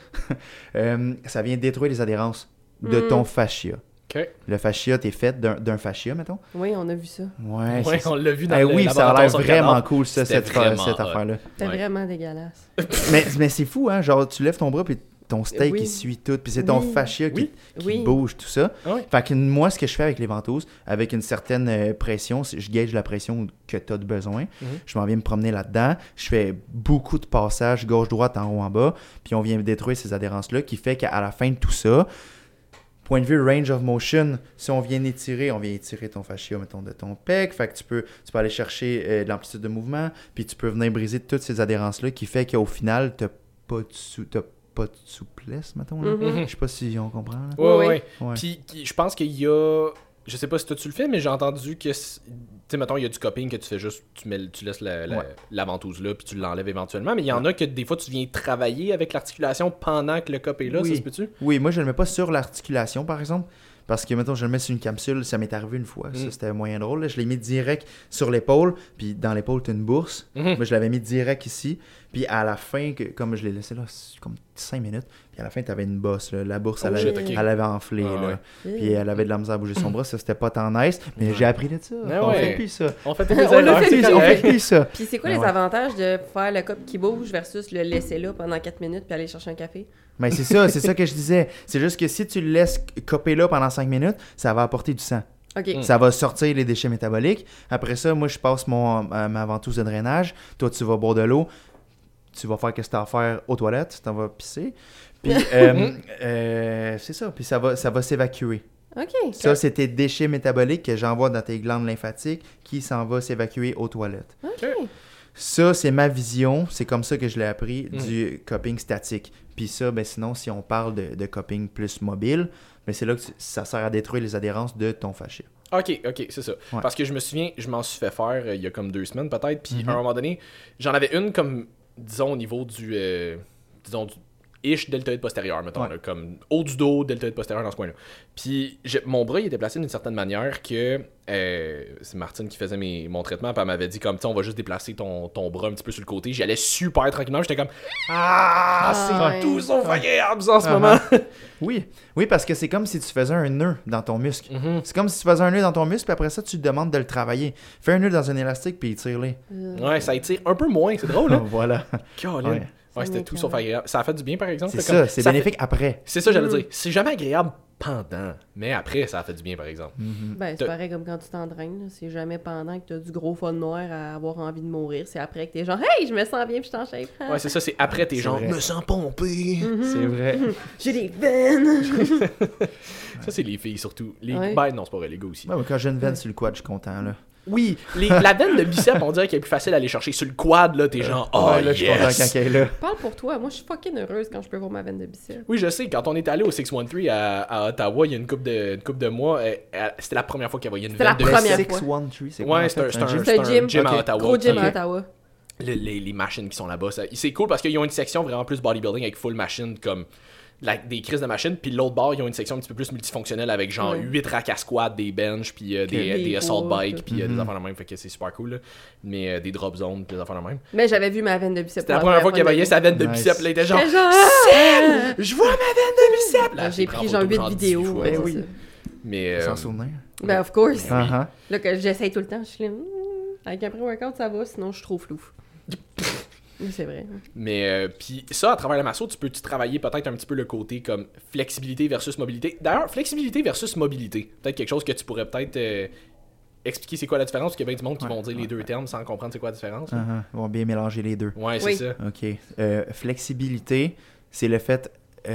Ça vient détruire les adhérences de ton fascia. Le fascia, t'es fait d'un fascia, mettons. Oui, on a vu ça. Ouais, on l'a vu dans le oui, ça a l'air vraiment cool, ça, cette affaire-là. C'est vraiment dégueulasse. mais c'est fou, hein? Genre, tu lèves ton bras, puis ton steak, il suit tout, puis c'est ton fascia qui bouge, tout ça. Fait que moi, ce que je fais avec les ventouses, avec une certaine pression, je gauge la pression que tu as de besoin. Je m'en viens me promener là-dedans. Je fais beaucoup de passages gauche-droite, en haut, en bas, puis on vient détruire ces adhérences-là, qui fait qu'à la fin de tout ça, point de vue range of motion, si on vient étirer ton fascia, mettons, de ton pec. Fait que tu peux aller chercher de l'amplitude de mouvement, puis tu peux venir briser toutes ces adhérences-là, qui fait qu'au final, t'as pas de souplesse, mettons. Je sais pas si on comprend. Oui. Puis je pense qu'il y a... Je sais pas si toi tu le fais, mais j'ai entendu que... Tu sais, mettons, il y a du coping que tu fais juste... Tu laisses la ventouse là, puis tu l'enlèves éventuellement. Mais il y en a que des fois, tu viens travailler avec l'articulation pendant que le cop est là, ça se peut-tu? Oui, moi, je le mets pas sur l'articulation, par exemple. Parce que, mettons, je le mets sur une capsule, ça m'est arrivé une fois. Ça, c'était moyen drôle. Là. Je l'ai mis direct sur l'épaule. Puis dans l'épaule, tu as une bourse. Moi, je l'avais mis direct ici. Puis à la fin, comme je l'ai laissé là, comme 5 minutes. Puis à la fin, tu avais une bosse. Là. La bourse, elle avait enflé. Là. Puis elle avait de la misère à bouger son bras. Ça, c'était pas tant nice. Mais j'ai appris de ça. On fait plus ça. On fait plus ça. Puis c'est quoi les avantages de faire le cop qui bouge versus le laisser là pendant 4 minutes puis aller chercher un café? Mais c'est ça que je disais. C'est juste que si tu le laisses coper là pendant 5 minutes, ça va apporter du sang. Ça va sortir les déchets métaboliques. Après ça, moi, je passe ma ventouse de drainage. Toi, tu vas boire de l'eau. Tu vas faire ce que tu as à faire aux toilettes. Tu vas pisser. Puis, c'est ça. Puis, ça va s'évacuer. Ça, c'est tes déchets métaboliques que j'envoie dans tes glandes lymphatiques qui s'en va s'évacuer aux toilettes. Ça, c'est ma vision. C'est comme ça que je l'ai appris du coping statique. Puis ça, ben sinon, si on parle de coping plus mobile, ben c'est là que ça sert à détruire les adhérences de ton fascia. OK, c'est ça. Parce que je me souviens, je m'en suis fait faire il y a comme 2 semaines peut-être. Puis à un moment donné, j'en avais une comme, disons, au niveau du ish deltoïde postérieur, mettons, Ouais. là, comme haut du dos, deltoïde postérieur dans ce coin-là. Puis mon bras, il était placé d'une certaine manière que c'est Martine qui faisait mon traitement, puis elle m'avait dit comme, tu sais, on va juste déplacer ton bras un petit peu sur le côté. J'y allais super tranquillement, j'étais comme, c'est tout sauf agréable en ce moment. Oui, parce que c'est comme si tu faisais un nœud dans ton muscle. Mhm. C'est comme si tu faisais un nœud dans ton muscle, puis après ça, tu te demandes de le travailler. Fais un nœud dans un élastique, puis tire-les. Ouais, ça étire un peu moins, c'est drôle, hein? Voilà. Caroline. Ouais, c'était tout sauf agréable. Ça a fait du bien, par exemple. C'est là, comme, ça, c'est fait- bénéfique après. C'est ça, j'allais dire. C'est jamais agréable pendant, mais après, ça a fait du bien, par exemple. Ben, c'est T'as- pareil comme quand tu t'entraînes. Là. C'est jamais pendant que t'as du gros fun noir à avoir envie de mourir. C'est après que t'es genre, hey, je me sens bien, puis je t'en shape. Ouais, c'est ça, c'est après tes C'est gens. vrai. Me sens pompé. C'est vrai. J'ai des veines. Ça, c'est les filles surtout. Les... Ouais. Ben, non, c'est pas vrai, les gars aussi. Ouais, mais quand j'ai une veine sur le quad, je suis content, là. Oui, la veine de bicep, on dirait qu'elle est plus facile à aller chercher sur le quad, là. T'es genre, oh, Ouais, là, je suis content yes! quand elle est là. Parle pour toi. Moi, je suis fucking heureuse quand je peux voir ma veine de bicep. Oui, je sais, quand on est allé au 613 à Ottawa, il y a une couple de mois, c'était la première fois qu'elle voyait une C'était veine la de première bicep. fois. 613, c'est quoi? Ouais, en c'est fait? un gym? C'est un gym. gym à Ok. Ottawa. Gros gym Ok. à Ottawa. Les machines qui sont là-bas. C'est cool parce qu'ils ont une section vraiment plus bodybuilding avec full machine, comme des crises de machines. Puis l'autre bord, ils ont une section un petit peu plus multifonctionnelle avec genre Ouais. 8 racks à squat, des bench, puis des Des assault poids, bikes, tout. puis des affaires de même. Fait que c'est super cool. Là. Mais des drop zones, puis des affaires de même. Mais j'avais vu ma veine de bicep. C'était la première fois qu'elle voyait sa veine de Nice. bicep. Là, il était genre, J'étais genre, Sam, je vois ma veine de bicep. Là, J'ai prend pris photo genre 8 18 vidéos. fois. ouais, Ben c'est oui. ça. Mais Sans souvenir. Ben, of course. Uh-huh. Là, que j'essaye tout le temps, je suis là, avec un pré-workout, ça va, sinon je suis trop flou. Oui, c'est vrai. Mais puis ça, à travers la masso, tu peux travailler peut-être un petit peu le côté comme flexibilité versus mobilité. D'ailleurs, flexibilité versus mobilité, peut-être quelque chose que tu pourrais peut-être expliquer c'est quoi la différence, parce qu'il y a bien du monde qui vont dire les deux termes sans comprendre c'est quoi la différence. là. Uh-huh. Ils vont bien mélanger les deux. Ouais, c'est Oui. ça. OK. Flexibilité, c'est le fait...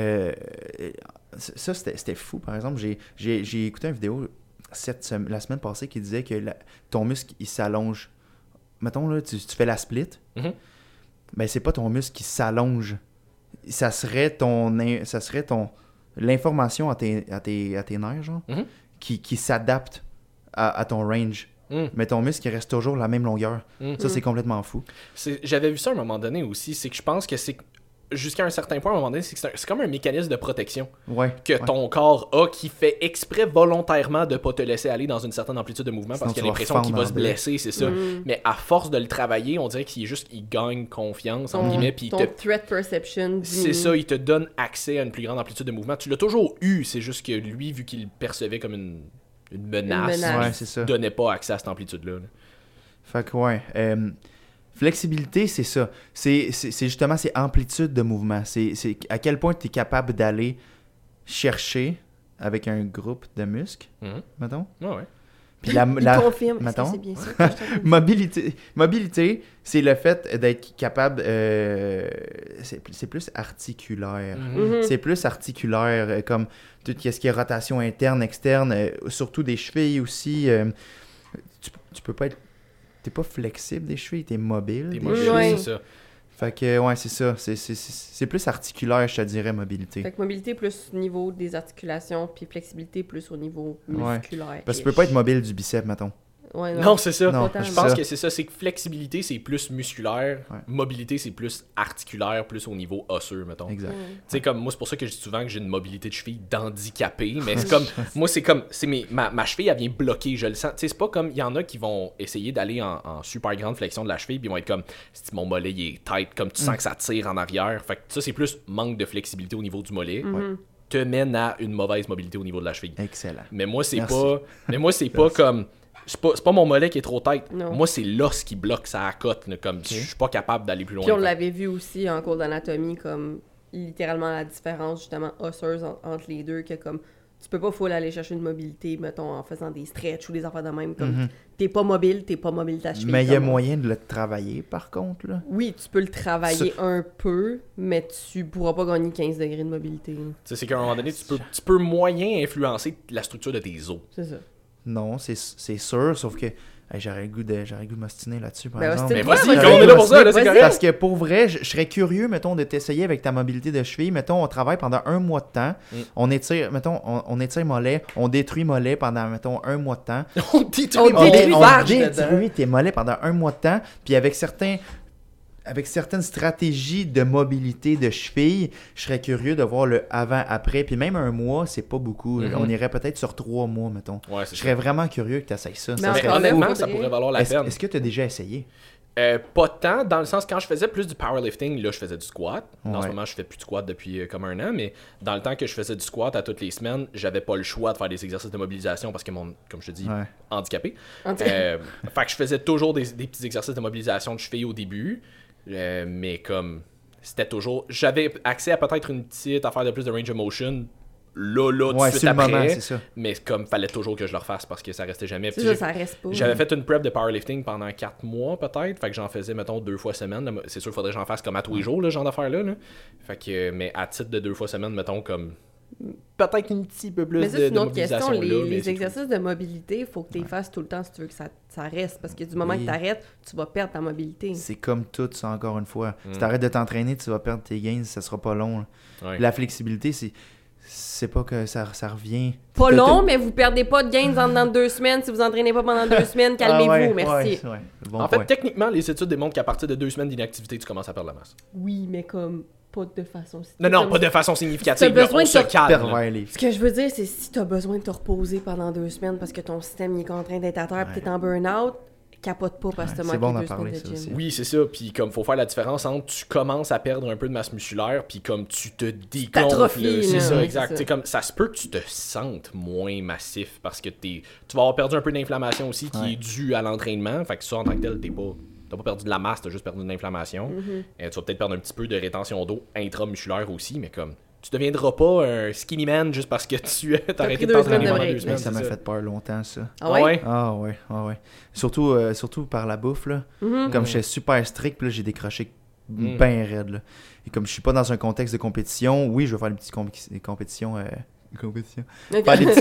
ça, c'était fou. Par exemple, j'ai écouté une vidéo la semaine passée qui disait que ton muscle, il s'allonge. Mettons, là, tu fais la split. Mhm. Ben, c'est pas ton muscle qui s'allonge. Ça serait l'information à tes nerfs, genre, Mhm. qui s'adapte à ton range. Mm. Mais ton muscle, il reste toujours la même longueur. Mm. Ça, c'est complètement fou. J'avais vu ça à un moment donné aussi, c'est que je pense que c'est jusqu'à un certain point, à un moment donné, c'est comme un mécanisme de protection Ouais. que ouais. ton corps a qui fait exprès volontairement de pas te laisser aller dans une certaine amplitude de mouvement parce Sinon, qu'il tu a vas l'impression qu'il fendre va en se deux. blesser, c'est ça. Mm. Mais à force de le travailler, on dirait qu'il gagne confiance, entre guillemets, puis il Ton te threat perception c'est diminue. ça, il te donne accès à une plus grande amplitude de mouvement. Tu l'as toujours eu, c'est juste que lui, vu qu'il le percevait comme une menace, menace. Ouais, c'est ça. il donnait pas accès à cette amplitude-là. là. Fait que ouais. Flexibilité, c'est ça. C'est justement ces amplitudes de mouvement. C'est à quel point tu es capable d'aller chercher avec un groupe de muscles, Mhm. mettons. Ouais, ouais. Puis Il confirme. Est-ce que mettons. c'est bien ça que je t'avais dit? Mobilité, c'est le fait d'être capable... c'est plus articulaire. Mhm. Mhm. C'est plus articulaire, comme tout ce qui est rotation interne, externe, surtout des chevilles aussi. Tu peux pas être... T'es pas flexible des chevilles, t'es mobile. T'es des mobile, chevilles. Ouais. c'est ça. Fait que, ouais, c'est ça. C'est plus articulaire, je te dirais, mobilité. Fait que mobilité plus au niveau des articulations, puis flexibilité plus au niveau Ouais. musculaire. Parce que tu peux pas être mobile du bicep, mettons. Ouais, Non, c'est ça. Non, Totalement. Je pense ça. que c'est ça. C'est que flexibilité, c'est plus musculaire. Ouais. Mobilité, c'est plus articulaire, plus au niveau osseux, mettons. Exact. Ouais. Tu sais, comme moi, c'est pour ça que je dis souvent que j'ai une mobilité de cheville d'handicapé, mais c'est comme, moi, c'est comme, ma cheville, elle vient bloquer, je le sens. Tu sais, c'est pas comme, il y en a qui vont essayer d'aller en super grande flexion de la cheville, puis ils vont être comme, si mon mollet, il est tight, comme tu sens que ça tire en arrière. Fait que ça, c'est plus manque de flexibilité au niveau du mollet, te mène à une mauvaise mobilité au niveau de la cheville. Excellent. Mais moi, c'est Merci. pas comme. C'est pas mon mollet qui est trop tête. Non. Moi, c'est l'os qui bloque sa cote. Là, comme je suis pas capable d'aller plus loin. Puis on Fait- l'avait vu aussi en cours d'anatomie, comme littéralement la différence justement osseuse entre les deux, que comme tu peux pas full aller chercher une mobilité, mettons, en faisant des stretches ou des affaires de même, comme t'es pas mobile ta cheville. Mais il y a comme- moyen de le travailler, par contre, là. Oui, tu peux le travailler un peu, mais tu pourras pas gagner 15 degrés de mobilité. là. Tu sais, c'est qu'à un moment donné, tu peux moyen influencer la structure de tes os. C'est ça. Non, c'est sûr, sauf que j'aurais le goût de m'ostiner là-dessus, par Ben, exemple. Mais ostine-toi, vas-y, vas-y. on est là pour ça, là, c'est Vas-y. correct. Parce que pour vrai, je serais curieux, mettons, de t'essayer avec ta mobilité de cheville. Mettons, on travaille pendant un mois de temps. On étire, mettons, on étire mollet, on détruit mollet pendant, mettons, un mois de temps. On détruit On mon détruit varge on dedans. détruit tes mollets pendant un mois de temps. Puis avec avec certaines stratégies de mobilité de cheville, je serais curieux de voir le avant-après. Puis même un mois, c'est pas beaucoup. On irait peut-être sur 3 mois, mettons. Ouais, je serais vraiment curieux que tu essayes ça. Mais honnêtement, ça pourrait valoir la peine. Est-ce que tu as déjà essayé? Pas tant, dans le sens quand je faisais plus du powerlifting, là je faisais du squat. En ce moment, je fais plus de squat depuis comme 1 an, mais dans le temps que je faisais du squat à toutes les semaines, j'avais pas le choix de faire des exercices de mobilisation parce que comme je te dis, handicapé. Fait que je faisais toujours des petits exercices de mobilisation de cheville au début, mais comme c'était toujours... J'avais accès à peut-être une petite affaire de plus de range of motion là, tout de suite après, moment, c'est ça. Mais comme fallait toujours que je le refasse parce que ça restait jamais. C'est ça reste pas. J'avais fait une prep de powerlifting pendant 4 mois peut-être, fait que j'en faisais mettons 2 fois semaine. C'est sûr qu'il faudrait que j'en fasse comme à tous les jours, le genre d'affaires-là. Fait que, mais à titre de 2 fois semaine, mettons comme peut-être un petit peu plus mais ça, c'est une autre question. Les exercices de mobilité, il faut que tu les fasses tout le temps si tu veux que ça reste. Parce que du moment que tu arrêtes, tu vas perdre ta mobilité. C'est comme tout, ça, encore une fois. Si tu arrêtes de t'entraîner, tu vas perdre tes gains, ça sera pas long. La flexibilité, c'est pas que ça revient. Pas long, mais vous perdez pas de gains dans 2 semaines. Si vous entraînez pas pendant 2 semaines, calmez-vous, merci. Bon en fait, techniquement, les études démontrent qu'à partir de 2 semaines d'inactivité, tu commences à perdre la masse. Oui, mais comme pas de façon... Non, pas de façon significative. Besoin de se calme. Ce que je veux dire, c'est si tu as besoin de te reposer pendant 2 semaines parce que ton système il est contraint d'être à terre et tu es en burn-out, capote pas parce que tu manques 2 semaines de gym. Aussi. Oui, c'est ça. Puis comme faut faire la différence entre tu commences à perdre un peu de masse musculaire puis comme tu te dégonfles. C'est ça, exact. C'est comme ça se peut que tu te sentes moins massif parce que tu vas avoir perdu un peu d'inflammation aussi qui est due à l'entraînement. Fait que ça en tant que tel, t'as pas perdu de la masse, t'as juste perdu de l'inflammation. Tu vas peut-être perdre un petit peu de rétention d'eau intramusculaire aussi, mais comme tu deviendras pas un skinny man juste parce que tu as arrêté de t'entraîner pendant 2 semaines. Ça m'a fait peur longtemps, ça. Ah ouais? Ah ouais. Surtout par la bouffe, là. Comme je suis super strict, puis là, j'ai décroché bien raide, là. Et comme je suis pas dans un contexte de compétition, oui, je vais faire des petites compétitions... Okay. Faire des petites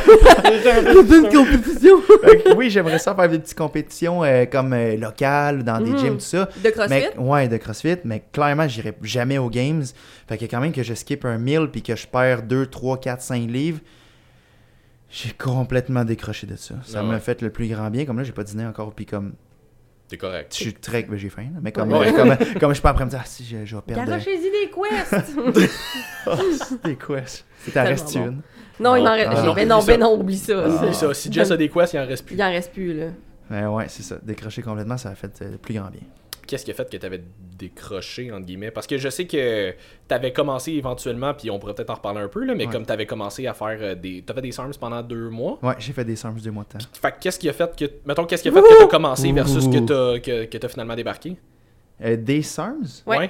compétitions. Oui, j'aimerais ça faire des petites compétitions comme locales, dans des gyms, tout ça. De CrossFit? De CrossFit, mais clairement, j'irai jamais aux Games. Fait que quand même que je skip un meal puis que je perds 2, 3, 4, 5 livres, j'ai complètement décroché de ça. Ça m'a fait le plus grand bien. Comme là, j'ai pas dîné encore, puis comme... T'es correct. Je suis très... j'ai faim, là, mais comme je suis pas après me dire, ah si, je vais perdre... Garochez-y des quests! Des quests. T'en restes une? Non, il m'en reste... Ben non, oublie ça. Oublie ça. Si Jess a des quests, il en reste plus. Il en reste plus, là. Ouais, c'est ça. Décrocher complètement, ça a fait le plus grand bien. Qu'est-ce qui a fait que t'avais décroché, entre guillemets? Parce que je sais que t'avais commencé éventuellement, puis on pourrait peut-être en reparler un peu, là, mais comme t'avais commencé à faire t'as fait des SARMs pendant 2 mois? Ouais, j'ai fait des SARMs 2 mois de temps. Fait que qu'est-ce qui a fait que... Mettons, qu'est-ce qui a fait que t'as commencé versus que t'as finalement débarqué? Des SARMs? Ouais.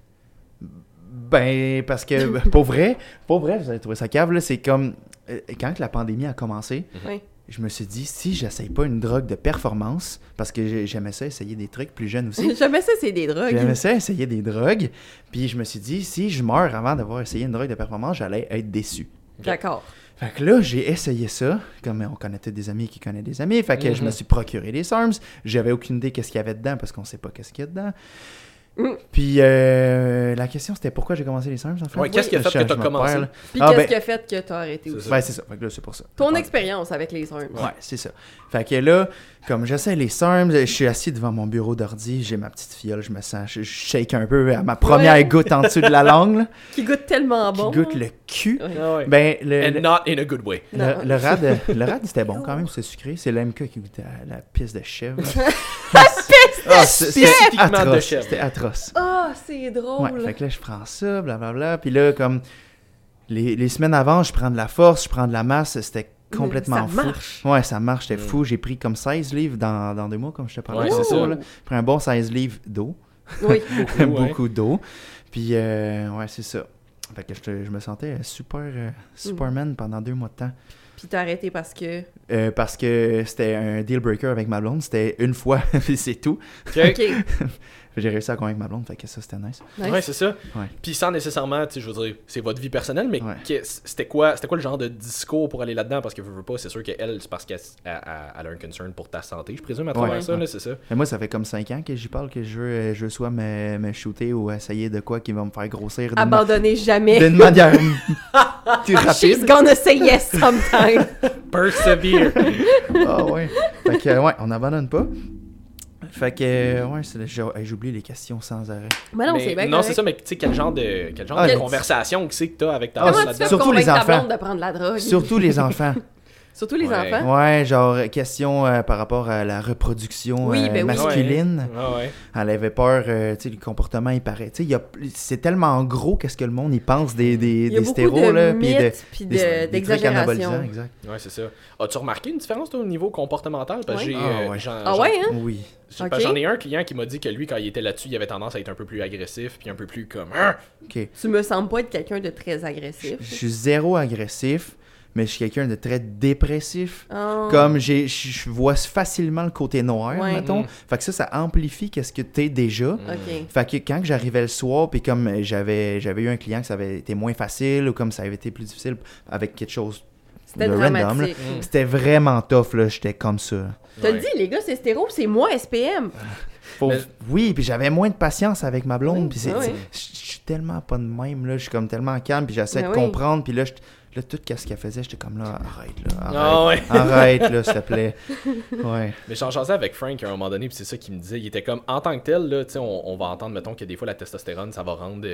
Ben, parce que, pour vrai, vous allez trouver ça cave, là, c'est comme... quand la pandémie a commencé... Je me suis dit, si j'essaye pas une drogue de performance, parce que j'aimais ça essayer des trucs plus jeunes aussi. J'aimais ça essayer des drogues. J'aimais ça essayer des drogues. Puis je me suis dit, si je meurs avant d'avoir essayé une drogue de performance, j'allais être déçu. D'accord. Fait que là, j'ai essayé ça. Comme on connaissait des amis qui connaissent des amis. Fait que je me suis procuré des SARMs. J'avais aucune idée qu'est-ce qu'il y avait dedans, parce qu'on sait pas qu'est-ce qu'il y a dedans. Puis la question c'était pourquoi j'ai commencé les SARMs en fait. Ouais, qu'est-ce qui a fait que t'as commencé? Puis qu'est-ce qui a fait que t'as arrêté aussi? Ben c'est ça, fait que là c'est pour ça. Ton expérience avec les SARMs. Ouais, c'est ça. Fait que là, comme j'essaie les SARMs, je suis assis devant mon bureau d'ordi, j'ai ma petite fiole, je shake un peu à ma première goutte en dessous de la langue. Là, qui goûte tellement bon. Qui goûte le cul. Ouais. Ben, And not in a good way. Le rad c'était bon quand même, c'est sucré. C'est l'MK qui goûtait la pisse de chèvre. La pisse de chèvre! De chèvre! C'était atroce. Ah, c'est drôle. Ouais, fait que là, je prends ça, blablabla. Puis là, comme les semaines avant, je prends de la force, je prends de la masse, c'était complètement fou. Ça marche. Ouais, ça marche, c'était fou. J'ai pris comme 16 livres dans 2 mois, comme je te parlais. Ouais, c'est ça. J'ai pris un bon 16 livres d'eau. Oui. Beaucoup d'eau. Puis, ouais, c'est ça. Fait que je me sentais Superman pendant 2 mois de temps. Puis t'as arrêté parce que... Parce que c'était un deal breaker avec ma blonde. C'était une fois, puis c'est tout. OK. J'ai réussi à convaincre ma blonde, fait que ça, c'était nice. Ouais, c'est ça. Ouais. Puis sans nécessairement, tu sais, je veux dire, c'est votre vie personnelle, mais c'était quoi le genre de discours pour aller là-dedans? Parce que veux pas, c'est sûr qu'elle, c'est parce qu'elle a un concern pour ta santé, je présume, à travers ça, là, c'est ça. Mais moi, ça fait comme 5 ans que j'y parle, que je veux soit me shooter ou essayer de quoi qui va me faire grossir. Abandonnez jamais. D'une manière plus rapide. She's gonna say yes sometime. Persevere. Ah ouais. Fait que, ouais, on n'abandonne pas. Fait que, ouais, j'ai oublié les questions sans arrêt. Mais non, c'est bien non, correct. c'est ça, mais tu sais, quel genre de conversation que c'est que t'as avec ta Comment blonde tu là-dedans? fais Surtout pour les convaincre ta enfants. blonde de prendre la drogue? Surtout les enfants. Surtout les Ouais. enfants? Ouais, genre, question par rapport à la reproduction Oui, ben oui. masculine. Ouais. Elle avait peur, tu sais, le comportement, il paraît. Tu sais, c'est tellement gros qu'est-ce que le monde, il pense des Il y a beaucoup stéros, de là. Puis mythes puis des trucs d'exagération. anabolisants, exact. Ouais, c'est ça. As-tu remarqué une différence toi, au niveau comportemental? Parce que Ouais. j'ai, Ah, ouais. Ah ouais, hein? Oui. Ok. J'en ai un client qui m'a dit que lui, quand il était là-dessus, il avait tendance à être un peu plus agressif, puis un peu plus comme... Ah! OK. Tu me sembles pas être quelqu'un de très agressif. Je suis zéro agressif, mais je suis quelqu'un de très dépressif. Oh. Comme je vois facilement le côté noir, Ouais. mettons. Fait que ça amplifie qu'est-ce que t'es déjà. OK. Fait que quand j'arrivais le soir, puis comme j'avais eu un client que ça avait été moins facile ou comme ça avait été plus difficile avec quelque chose C'était de random, là, dramatique. c'était vraiment tough, là. J'étais comme ça. T'as Ouais. dit, les gars, c'est stéro, c'est moi, SPM. Mais- Oui, puis j'avais moins de patience avec ma blonde, Oui, puis ah oui. je suis tellement pas de même, là. Je suis comme tellement calme, puis j'essaie Ah de oui. comprendre, puis là, tout ce qu'elle faisait, j'étais comme là, arrête, là, Ah ouais. arrête, là, s'il te plaît. Ouais. Mais j'en jasais avec Frank à un moment donné, puis c'est ça qu'il me disait. Il était comme, en tant que tel, là, tu sais, on va entendre, mettons, que des fois, la testostérone, ça va rendre...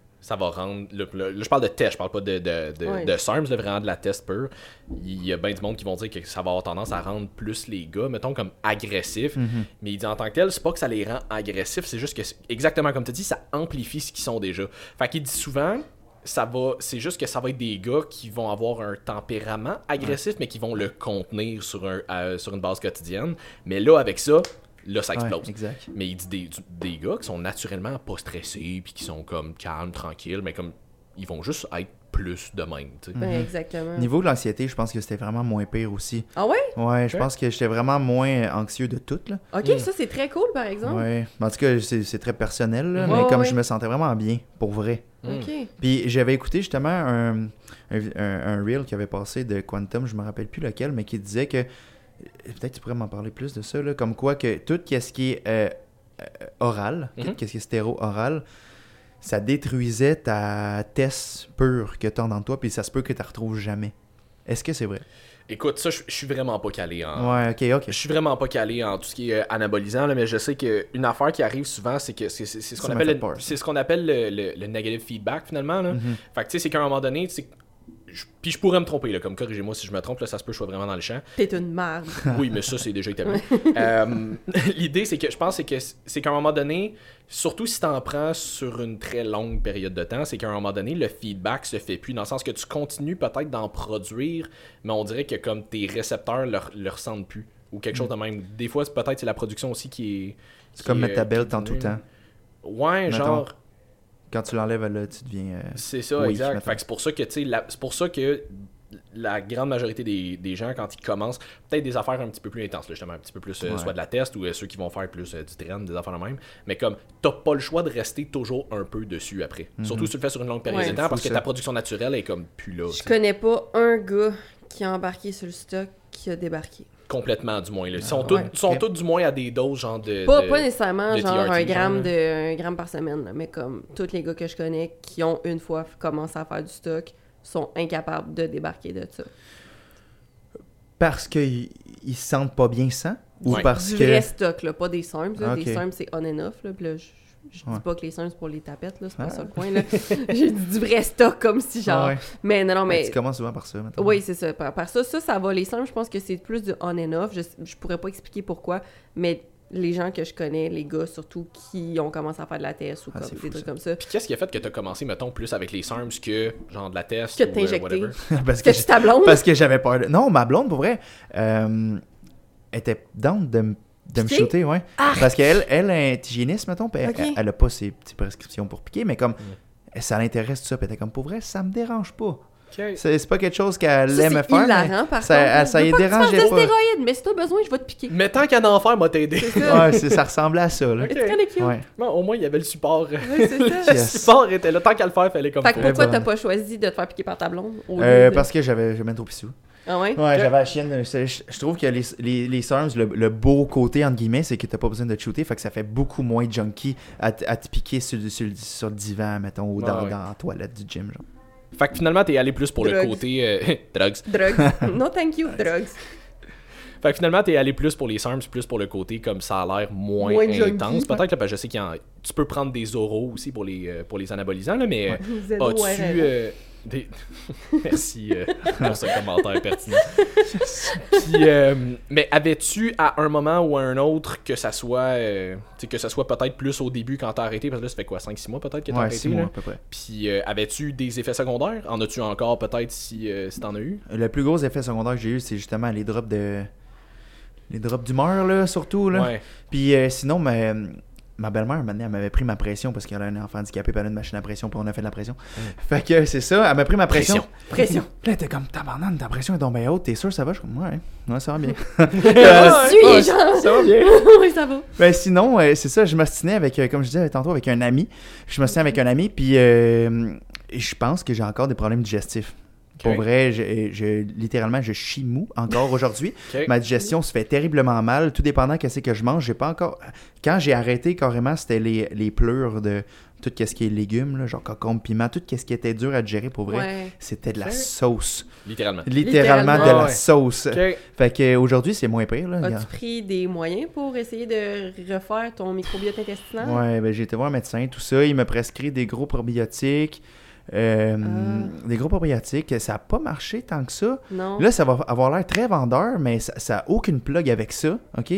là, je parle de test, je parle pas Ouais. de SARMs, là, vraiment de la test pure. Il y a bien du monde qui vont dire que ça va avoir tendance à rendre plus les gars, mettons, comme agressifs. Mais il dit en tant que tel, c'est pas que ça les rend agressifs, c'est juste que, exactement comme tu dis, ça amplifie ce qu'ils sont déjà. Fait qu'il dit souvent, c'est juste que ça va être des gars qui vont avoir un tempérament agressif, mais qui vont le contenir sur une base quotidienne. Mais là, avec ça, là, ça explose. Ouais, exact. Mais il dit des gars qui sont naturellement pas stressés, puis qui sont comme calmes, tranquilles, mais comme ils vont juste être plus de même, tu sais. Ben, exactement. Niveau de l'anxiété, je pense que c'était vraiment moins pire aussi. Ah ouais? Ouais, je Ok. pense que j'étais vraiment moins anxieux de tout, là. OK, ça, c'est très cool, par exemple. Ouais. En tout cas, c'est très personnel, là, Ouais, mais comme ouais. je me sentais vraiment bien, pour vrai. OK. Puis j'avais écouté justement un reel qui avait passé de Quantum, je me rappelle plus lequel, mais qui disait que, peut-être tu pourrais m'en parler plus de ça, là, comme quoi que tout ce qui est oral, tout ce qui est stéro-oral, ça détruisait ta test pure que tu as dans toi, puis ça se peut que tu la retrouves jamais. Est-ce que c'est vrai? Écoute, ça, je suis vraiment pas calé en... Ouais, ok. Je suis vraiment pas calé en tout ce qui est anabolisant, là, mais je sais qu'une affaire qui arrive souvent, c'est que c'est ce Ça qu'on m'a appelle, fait peur, ça. c'est ce qu'on appelle le negative feedback, finalement. Là. Fait que tu sais, c'est qu'à un moment donné, tu sais, puis je pourrais me tromper, là, comme corrigez-moi si je me trompe, là, ça se peut que je sois vraiment dans le champ. T'es une merde. Oui, mais ça, c'est déjà établi. L'idée, c'est que je pense c'est qu'à un moment donné, surtout si t'en prends sur une très longue période de temps, c'est qu'à un moment donné, le feedback se fait plus, dans le sens que tu continues peut-être d'en produire, mais on dirait que comme tes récepteurs le ressentent plus, ou quelque chose de même. Des fois, peut-être c'est la production aussi qui est... C'est comme mettre ta belt en tout temps. Ouais, Mettons. genre... Quand tu l'enlèves, là, tu deviens... C'est ça, weak, exact. mettons. Fait que c'est pour ça que, tu sais, c'est pour ça que la grande majorité des gens, quand ils commencent, peut-être des affaires un petit peu plus intenses, là, justement, un petit peu plus Ouais. soit de la test ou ceux qui vont faire plus du train, des affaires de même. Mais comme, t'as pas le choix de rester toujours un peu dessus après. Surtout si tu le fais sur une longue période Ouais. de temps, parce Faut que ça. ta production naturelle est comme plus là. Je tu sais. connais pas un gars qui a embarqué sur le stock qui a débarqué. Complètement, du moins. Là. Ils Ah, sont, ouais. tous, sont Ok. tous, du moins, à des doses, genre de... Pas nécessairement de genre TRT, un gramme par semaine, là, mais comme tous les gars que je connais qui ont une fois commencé à faire du stock sont incapables de débarquer de ça. Parce qu'ils se sentent pas bien sans? Ou Ouais. parce Du que... vrai stock, là, pas des SARMs. Là. Ok. Des SARMs, c'est on and off. Là, puis là, je Ouais. dis pas que les SARMs, c'est pour les tapettes, là, c'est pas Ah. ça le point. Là. J'ai dit du vrai stock comme si genre... Ah ouais. Mais non, mais... Tu commences souvent par ça, maintenant. Oui, c'est ça. Par ça, ça va. Les SARMs, je pense que c'est plus du on and off. Je pourrais pas expliquer pourquoi, mais les gens que je connais, les gars surtout, qui ont commencé à faire de la TS ou Ah, comme, c'est des fou, trucs ça. comme ça. Puis qu'est-ce qui a fait que t'as commencé, mettons, plus avec les SARMs que, genre, de la test Que ou t'injecter. whatever? parce Que que tu ta blonde? Parce que j'avais peur de... Non, ma blonde, pour vrai, était down de me Piquer? shooter, ouais. Parce qu'elle est hygiéniste, mettons, puis Ok. elle a pas ses petites prescriptions pour piquer, mais comme ça l'intéresse tout ça, puis elle était comme, pour vrai, ça me dérange pas. Ok. C'est pas quelque chose qu'elle Ça, aime c'est faire, hilarant, mais par ça, contre. ça Je y veux pas que tu dérangeait fasses de pas. stéroïdes, mais si t'as besoin, je vais te piquer. Mais tant qu'à en faire, m'a t'aider. C'est ça. Ouais, ça ressemblait à ça, là. Ok. It's kinda cute. Ouais. Bon, au moins, il y avait le support. Ouais, c'est ça. Le Yes. support était là. Tant qu'à le faire, fallait comme Fait que faut. pourquoi bonne. t'as pas choisi de te faire piquer par ta blonde? Au lieu de- Parce que j'avais trop pissou. Ah ouais? Ouais, j'avais la chienne. Je trouve que les SARMs, le beau côté, entre guillemets, c'est que t'as pas besoin de te shooter, fait que ça fait beaucoup moins junkie à te piquer sur le divan, mettons, ou dans la toilette du gym, genre. Fait que finalement, t'es allé plus pour le Drugs. côté drugs. Drugs. No thank you, drugs. Fait que finalement, t'es allé plus pour les SARMs, plus pour le côté comme ça a l'air moins intense. Peut-être, parce que je sais tu peux prendre des oraux aussi pour les anabolisants, là, mais as-tu... Merci pour ce commentaire pertinent. Puis, mais avais-tu à un moment ou à un autre que ça soit peut-être plus au début quand t'as arrêté, parce que là ça fait quoi, 5-6 mois peut-être que t'as arrêté 6 mois là? à peu près. Puis avais-tu des effets secondaires? En as-tu encore peut-être si t'en as eu? Le plus gros effet secondaire que j'ai eu, c'est justement les drops d'humeur là, surtout là. Ouais. Puis sinon ma belle-mère, un moment donné, elle m'avait pris ma pression parce qu'elle a un enfant handicapé, puis elle a une machine à pression, puis on a fait de la pression. Fait que c'est ça, elle m'a pris ma pression. Pression. Puis là, elle était comme, tabarnane, ta pression est donc bien haute, t'es sûr ça va? Je suis comme, ouais, ça va bien. Ça va bien. Oui, ça va. Ben sinon, c'est ça, je m'ostinais avec, comme je disais tantôt, avec un ami. Je m'ostinais avec un ami, puis je pense que j'ai encore des problèmes digestifs. Pour vrai, littéralement, je chie mou encore aujourd'hui. Ma digestion se fait terriblement mal, tout dépendant qu'est-ce que je mange. J'ai pas encore... Quand j'ai arrêté carrément, c'était les pleurs de tout ce qui est légumes, là, genre concombre, piment, tout ce qui était dur à digérer, pour vrai, c'était de la sauce. Littéralement De la sauce. Fait qu'aujourd'hui, c'est moins pire. Là, As-tu pris des moyens pour essayer de refaire ton microbiote intestinal? Ouais, ben j'ai été voir un médecin, tout ça. Il m'a prescrit des gros probiotiques. Des gros probiotiques, ça n'a pas marché tant que ça. Non. Là, ça va avoir l'air très vendeur, mais ça n'a aucune plug avec ça. OK?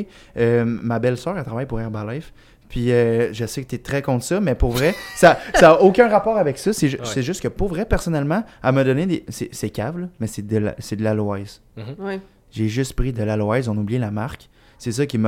Ma belle-sœur, elle travaille pour Herbalife. Puis je sais que tu es très contre ça, mais pour vrai, ça n'a aucun rapport avec ça. C'est juste que pour vrai, personnellement, elle m'a donné des. C'est cave, là, mais c'est de l'aloès. Ouais. J'ai juste pris de l'aloès, on a oublié la marque. C'est ça qui m'a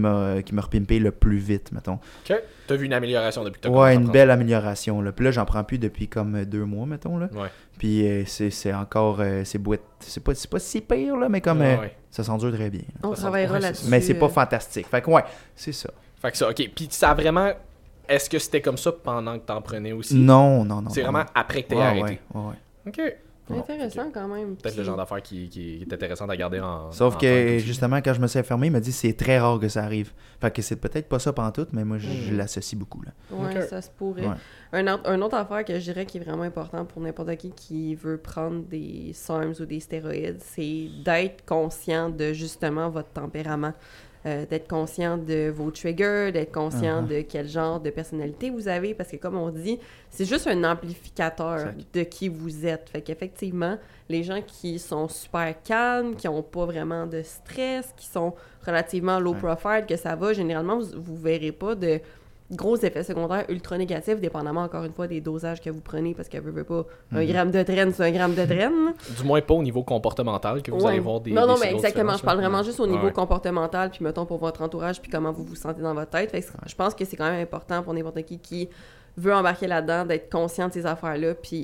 repimpé le plus vite, mettons. OK. T'as vu une amélioration depuis que t'as commencé à prendre? Une belle amélioration. Là. Puis là, j'en prends plus depuis comme 2 mois, mettons. Là. Ouais. Puis c'est encore... c'est pas si pire, là, mais comme ça s'endure très bien. On travaillera là-dessus. Mais c'est pas fantastique. Fait que c'est ça. Fait que ça, OK. Puis ça a vraiment... Est-ce que c'était comme ça pendant que t'en prenais aussi? Non. C'est vraiment après que t'aies arrêté? Ouais. OK. Intéressant quand même. Peut-être le genre d'affaire qui est intéressant à garder en... Sauf que justement, quand je me suis enfermé, il m'a dit c'est très rare que ça arrive. Fait que c'est peut-être pas ça pantoute, mais moi je l'associe beaucoup. Là. Ouais, ça se pourrait. Ouais. Un autre affaire que je dirais qui est vraiment important pour n'importe qui veut prendre des SARMs ou des stéroïdes, c'est d'être conscient de justement votre tempérament. D'être conscient de vos triggers, d'être conscient de quel genre de personnalité vous avez, parce que comme on dit, c'est juste un amplificateur de qui vous êtes. Fait qu'effectivement, les gens qui sont super calmes, qui n'ont pas vraiment de stress, qui sont relativement low profile, que ça va, généralement, vous verrez pas de gros effets secondaires ultra négatifs, dépendamment, encore une fois, des dosages que vous prenez, parce qu'elle veut pas 1 gramme de traîne, c'est 1 gramme de traîne. Du moins pas au niveau comportemental, que vous allez voir des... Non, mais exactement, je parle vraiment juste au niveau comportemental, puis mettons pour votre entourage, puis comment vous vous sentez dans votre tête. Fait que je pense que c'est quand même important pour n'importe qui veut embarquer là-dedans, d'être conscient de ces affaires-là, puis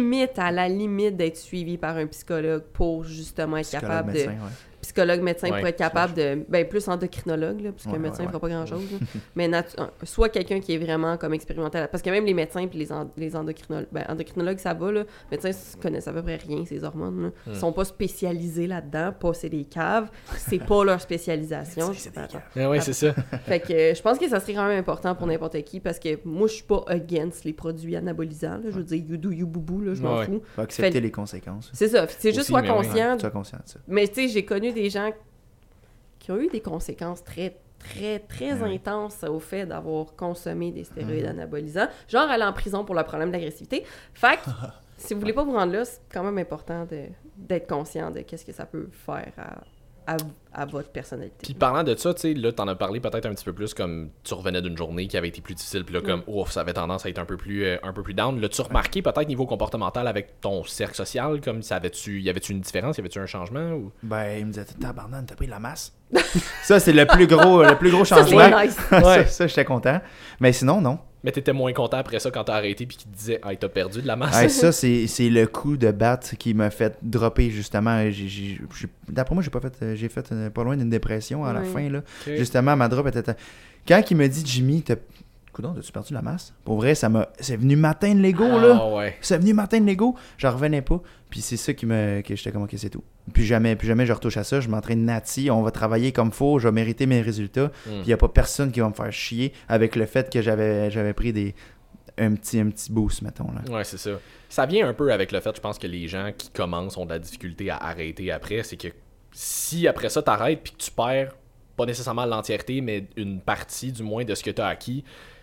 à la limite, d'être suivi par un psychologue pour justement être capable de... Psychologue, médecin pour être capable de... Ben, plus endocrinologue, là, parce qu'un médecin ne fera pas grand-chose. Mais soit quelqu'un qui est vraiment comme expérimental. Parce que même les médecins et les endocrinologues... Ben, endocrinologues, ça va, là. Les médecins connaissent à peu près rien, ces hormones. Là. Ils sont pas spécialisés là-dedans. C'est des caves. C'est pas leur spécialisation. Oui, c'est ça. Fait que je pense que ça serait quand même important pour n'importe qui, parce que moi, je suis pas against les produits anabolisants. Là. Je veux dire, you do you boubou, là, je m'en fous. Faut accepter les conséquences. C'est ça. C'est juste sois conscient. Sois conscient de ça. Mais tu sais, j'ai connu des gens qui ont eu des conséquences très, très, très intenses au fait d'avoir consommé des stéroïdes anabolisants, genre aller en prison pour le problème d'agressivité. Fait que, si vous voulez pas vous rendre là, c'est quand même important d'être conscient de qu'est-ce que ça peut faire à votre personnalité. Puis parlant de ça, tu sais, là, t'en as parlé peut-être un petit peu plus comme tu revenais d'une journée qui avait été plus difficile, puis là, comme, ça avait tendance à être un peu plus down. L'as-tu remarqué peut-être niveau comportemental avec ton cercle social, comme y avait-tu une différence, y avait-tu un changement ou... Ben, il me disait, tabarnak, t'as pris de la masse. Ça, c'est le plus gros changement. Ça, c'est nice. Ça, j'étais content. Mais sinon, non. Mais t'étais moins content après ça quand t'as arrêté puis qu'il te disait « Hey, t'as perdu de la masse. » Ça, c'est le coup de batte qui m'a fait dropper, justement. D'après moi, j'ai fait pas loin d'une dépression à la fin, là. Okay. Justement, ma drop était... Quand il me dit « Jimmy, coudonc, as-tu perdu de la masse? » Pour vrai, c'est venu m'atteindre l'ego, là. Ouais. C'est venu m'atteindre l'ego. J'en revenais pas. Puis c'est ça que j'étais comme, OK, c'est tout. Plus jamais je retouche à ça. Je m'entraîne nati. On va travailler comme faut. Je vais mériter mes résultats. Puis il n'y a pas personne qui va me faire chier avec le fait que j'avais pris un petit boost, mettons. Là. Ouais, c'est ça. Ça vient un peu avec le fait, je pense, que les gens qui commencent ont de la difficulté à arrêter après. C'est que si après ça, t'arrêtes puis que tu perds pas nécessairement l'entièreté, mais une partie du moins de ce que t'as acquis.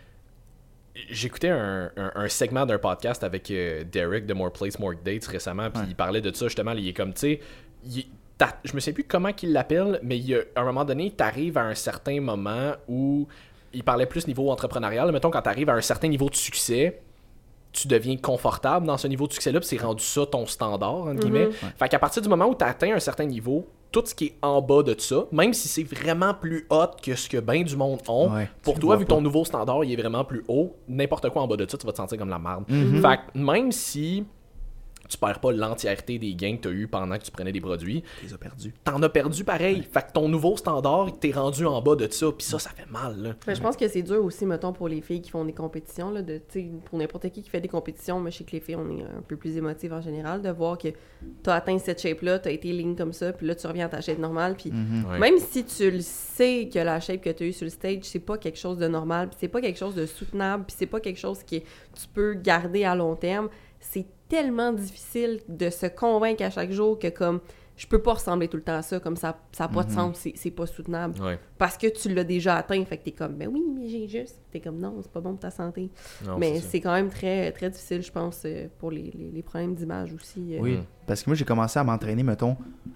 J'écoutais un segment d'un podcast avec Derek de More Place, More Dates récemment, puis il parlait de ça justement. Il est comme, tu sais, je me sais plus comment qu'il l'appelle, mais à un moment donné, t'arrives à un certain moment où il parlait plus niveau entrepreneurial. Mettons, quand t'arrives à un certain niveau de succès, tu deviens confortable dans ce niveau de succès-là, puis c'est rendu ça ton standard, entre guillemets. Fait qu'à partir du moment où tu atteins un certain niveau, tout ce qui est en bas de ça, même si c'est vraiment plus haut que ce que bien du monde ont, pour toi, vu que ton nouveau standard il est vraiment plus haut, n'importe quoi en bas de ça, tu vas te sentir comme la merde. Fait que même si tu perds pas l'entièreté des gains que tu as eu pendant que tu prenais des produits. Tu les as perdus. T'en as perdu pareil. Ouais. Fait que ton nouveau standard, t'es rendu en bas de ça. Puis ça fait mal. Là. Ben, je pense que c'est dur aussi, mettons, pour les filles qui font des compétitions. Là, pour n'importe qui fait des compétitions, mais je sais que les filles, on est un peu plus émotives en général, de voir que t'as atteint cette shape-là, t'as été ligne comme ça, puis là, tu reviens à ta shape normale. Puis même si tu le sais que la shape que t'as eue sur le stage, c'est pas quelque chose de normal, puis c'est pas quelque chose de soutenable, puis c'est pas quelque chose que tu peux garder à long terme, c'est tellement difficile de se convaincre à chaque jour que comme je peux pas ressembler tout le temps à ça, comme ça a pas de sens, c'est pas soutenable. Ouais. Parce que tu l'as déjà atteint, fait que t'es comme ben oui, mais j'ai juste. T'es comme non, c'est pas bon pour ta santé. Non, mais c'est quand même très, très difficile, je pense, pour les problèmes d'image aussi. Oui, parce que moi j'ai commencé à m'entraîner, mettons,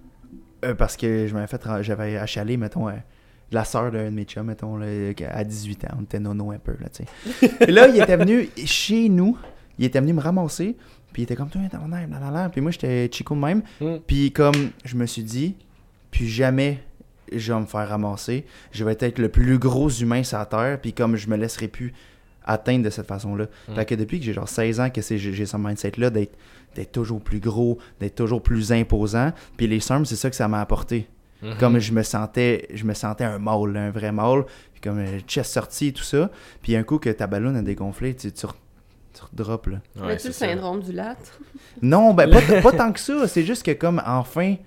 parce que j'avais achalé, mettons, la sœur d'un de mes chums, mettons, là, à 18 ans, on était nono un peu, là, tu sais. Et là, il était venu chez nous, il était venu me ramasser. Puis il était comme, toi, t'en as, puis moi, j'étais chico de même. Puis comme, je me suis dit, puis jamais je vais me faire ramasser. Je vais être le plus gros humain sur la Terre, puis comme je me laisserai plus atteindre de cette façon-là. Fait que depuis que j'ai genre 16 ans, que j'ai ce mindset-là d'être toujours plus gros, d'être toujours plus imposant. Puis les Surms, c'est ça que ça m'a apporté. Comme je me sentais un mâle, un vrai mâle. Puis comme chest sorti et tout ça. Puis un coup que ta ballonne a dégonflé, tu redrops, là. Ouais, as-tu le syndrome du latte? Non, ben pas tant que ça. C'est juste que comme enfin,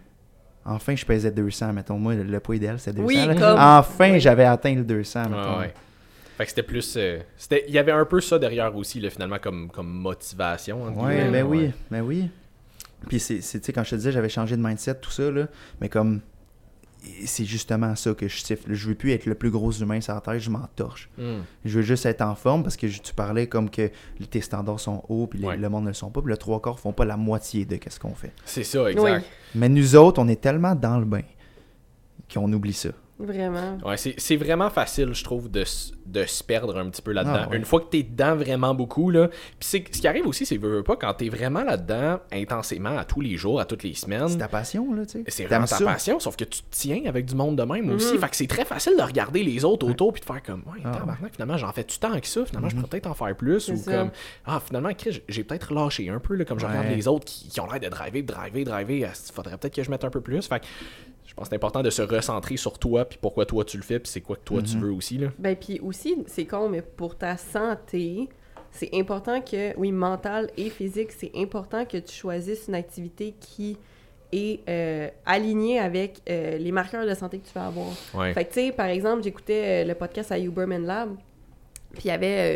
je pesais 200, mettons. Moi, le poids idéal, c'est 200. Oui, enfin, j'avais atteint le 200, mettons. Ouais. Fait que c'était plus... il y avait un peu ça derrière aussi, là, finalement, comme motivation. Ouais, ben oui. Puis c'est tu sais, quand je te disais, j'avais changé de mindset, tout ça, là. Mais comme... C'est justement ça que je siffle. Je veux plus être le plus gros humain sur la Terre, je m'en torche. Je veux juste être en forme parce que tu parlais comme que tes standards sont hauts puis le monde ne le sont pas. Puis le 3/4 font pas la moitié de ce qu'on fait. C'est ça, exact. Oui. Mais nous autres, on est tellement dans le bain qu'on oublie ça. Vraiment. Ouais, c'est vraiment facile, je trouve, de se perdre un petit peu là-dedans. Ah, ouais. Une fois que t'es dedans vraiment beaucoup, là. Puis ce qui arrive aussi, c'est pas quand t'es vraiment là-dedans intensément à tous les jours, à toutes les semaines. C'est ta passion, là, tu sais. C'est vraiment ta passion, sauf que tu te tiens avec du monde de même aussi. Fait que c'est très facile de regarder les autres autour puis de faire comme, tabarnak, finalement, j'en fais du temps avec ça. Finalement, je pourrais peut-être en faire plus. C'est ou ça. comme, finalement, Chris, j'ai peut-être lâché un peu, là, comme je regarde les autres qui ont l'air de driver. Il faudrait peut-être que je mette un peu plus. Fait que je pense que c'est important de se recentrer sur toi, puis pourquoi toi tu le fais, puis c'est quoi que toi tu veux aussi, là. Ben, puis aussi, c'est con, mais pour ta santé, c'est important que, oui, mental et physique, c'est important que tu choisisses une activité qui est alignée avec les marqueurs de santé que tu vas avoir. Ouais. Fait que, tu sais, par exemple, j'écoutais le podcast à Huberman Lab, puis il y avait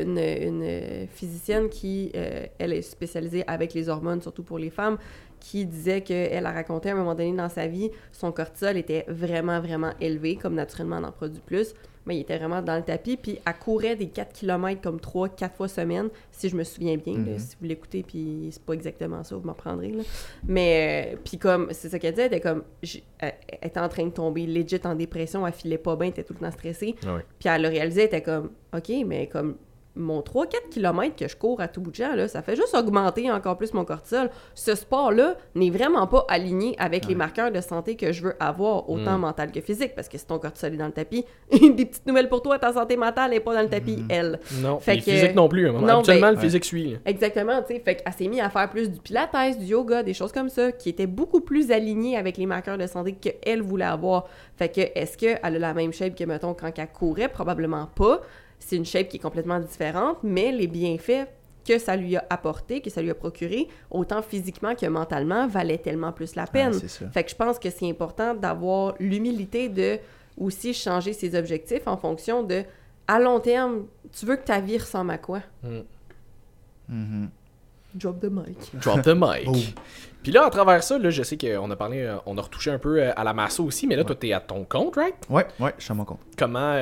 une physicienne qui, elle est spécialisée avec les hormones, surtout pour les femmes, qui disait qu'elle a raconté à un moment donné dans sa vie, son cortisol était vraiment, vraiment élevé, comme naturellement on en produit plus, mais il était vraiment dans le tapis, puis elle courait des 4 km comme 3-4 fois semaine, si je me souviens bien, là, si vous l'écoutez, puis c'est pas exactement ça, vous m'en prendrez, là. Mais, puis comme, c'est ça qu'elle disait, elle était comme, elle était en train de tomber legit en dépression, elle filait pas bien, elle était tout le temps stressée, puis elle l'a réalisé, elle était comme, OK, mais comme, mon 3-4 km que je cours à tout bout de champ, là, ça fait juste augmenter encore plus mon cortisol. Ce sport-là n'est vraiment pas aligné avec les marqueurs de santé que je veux avoir, autant mental que physique, parce que si ton cortisol est dans le tapis, des petites nouvelles pour toi, ta santé mentale n'est pas dans le tapis, elle. Non, fait que, physique non plus. Actuellement, le physique suit. Exactement, tu sais. Fait qu'elle s'est mise à faire plus du pilates, du yoga, des choses comme ça, qui étaient beaucoup plus alignées avec les marqueurs de santé qu'elle voulait avoir. Fait que, est-ce qu'elle a la même shape que, mettons, quand elle courait? Probablement pas. C'est une shape qui est complètement différente, mais les bienfaits que ça lui a apporté, que ça lui a procuré, autant physiquement que mentalement, valaient tellement plus la peine. Fait que je pense que c'est important d'avoir l'humilité de aussi changer ses objectifs en fonction de, à long terme, tu veux que ta vie ressemble à quoi? Drop the mic. Drop the mic. Oh. Puis là, à travers ça, là, je sais qu'on a parlé, on a retouché un peu à la masso aussi, mais là, toi, t'es à ton compte, right? Ouais, je suis à mon compte. Comment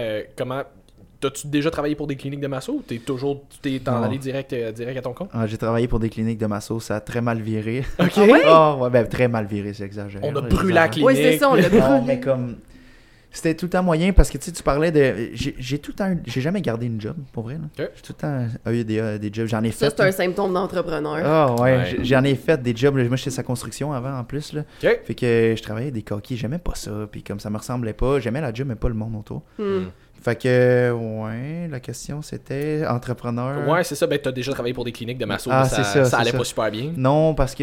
t'as-tu déjà travaillé pour des cliniques de masso ou t'es en allé direct à ton compte? J'ai travaillé pour des cliniques de masso, ça a très mal viré. Ok. Ah ouais, ben très mal viré, c'est exagéré. On a brûlé la clinique. Oui, c'est ça, on l'a brûlé. Non, mais comme... C'était tout le temps moyen parce que tu parlais de... J'ai tout le temps... J'ai jamais gardé une job, pour vrai. Là. Okay. J'ai tout le temps eu des jobs. J'en ai fait... Ça, c'est un symptôme d'entrepreneur. Ah ouais, Ouais. j'en ai fait des jobs. Moi, j'étais sa construction avant, en plus. Là. OK. Fait que je travaillais avec des coquilles. J'aimais pas ça. Puis comme ça me ressemblait pas. J'aimais la job, mais pas le monde autour. Fait que, ouais, la question, c'était entrepreneur. Ouais, c'est ça. Ben, t'as déjà travaillé pour des cliniques de masso. Ah, ça, c'est ça, ça c'est allait ça. pas super bien. Non, parce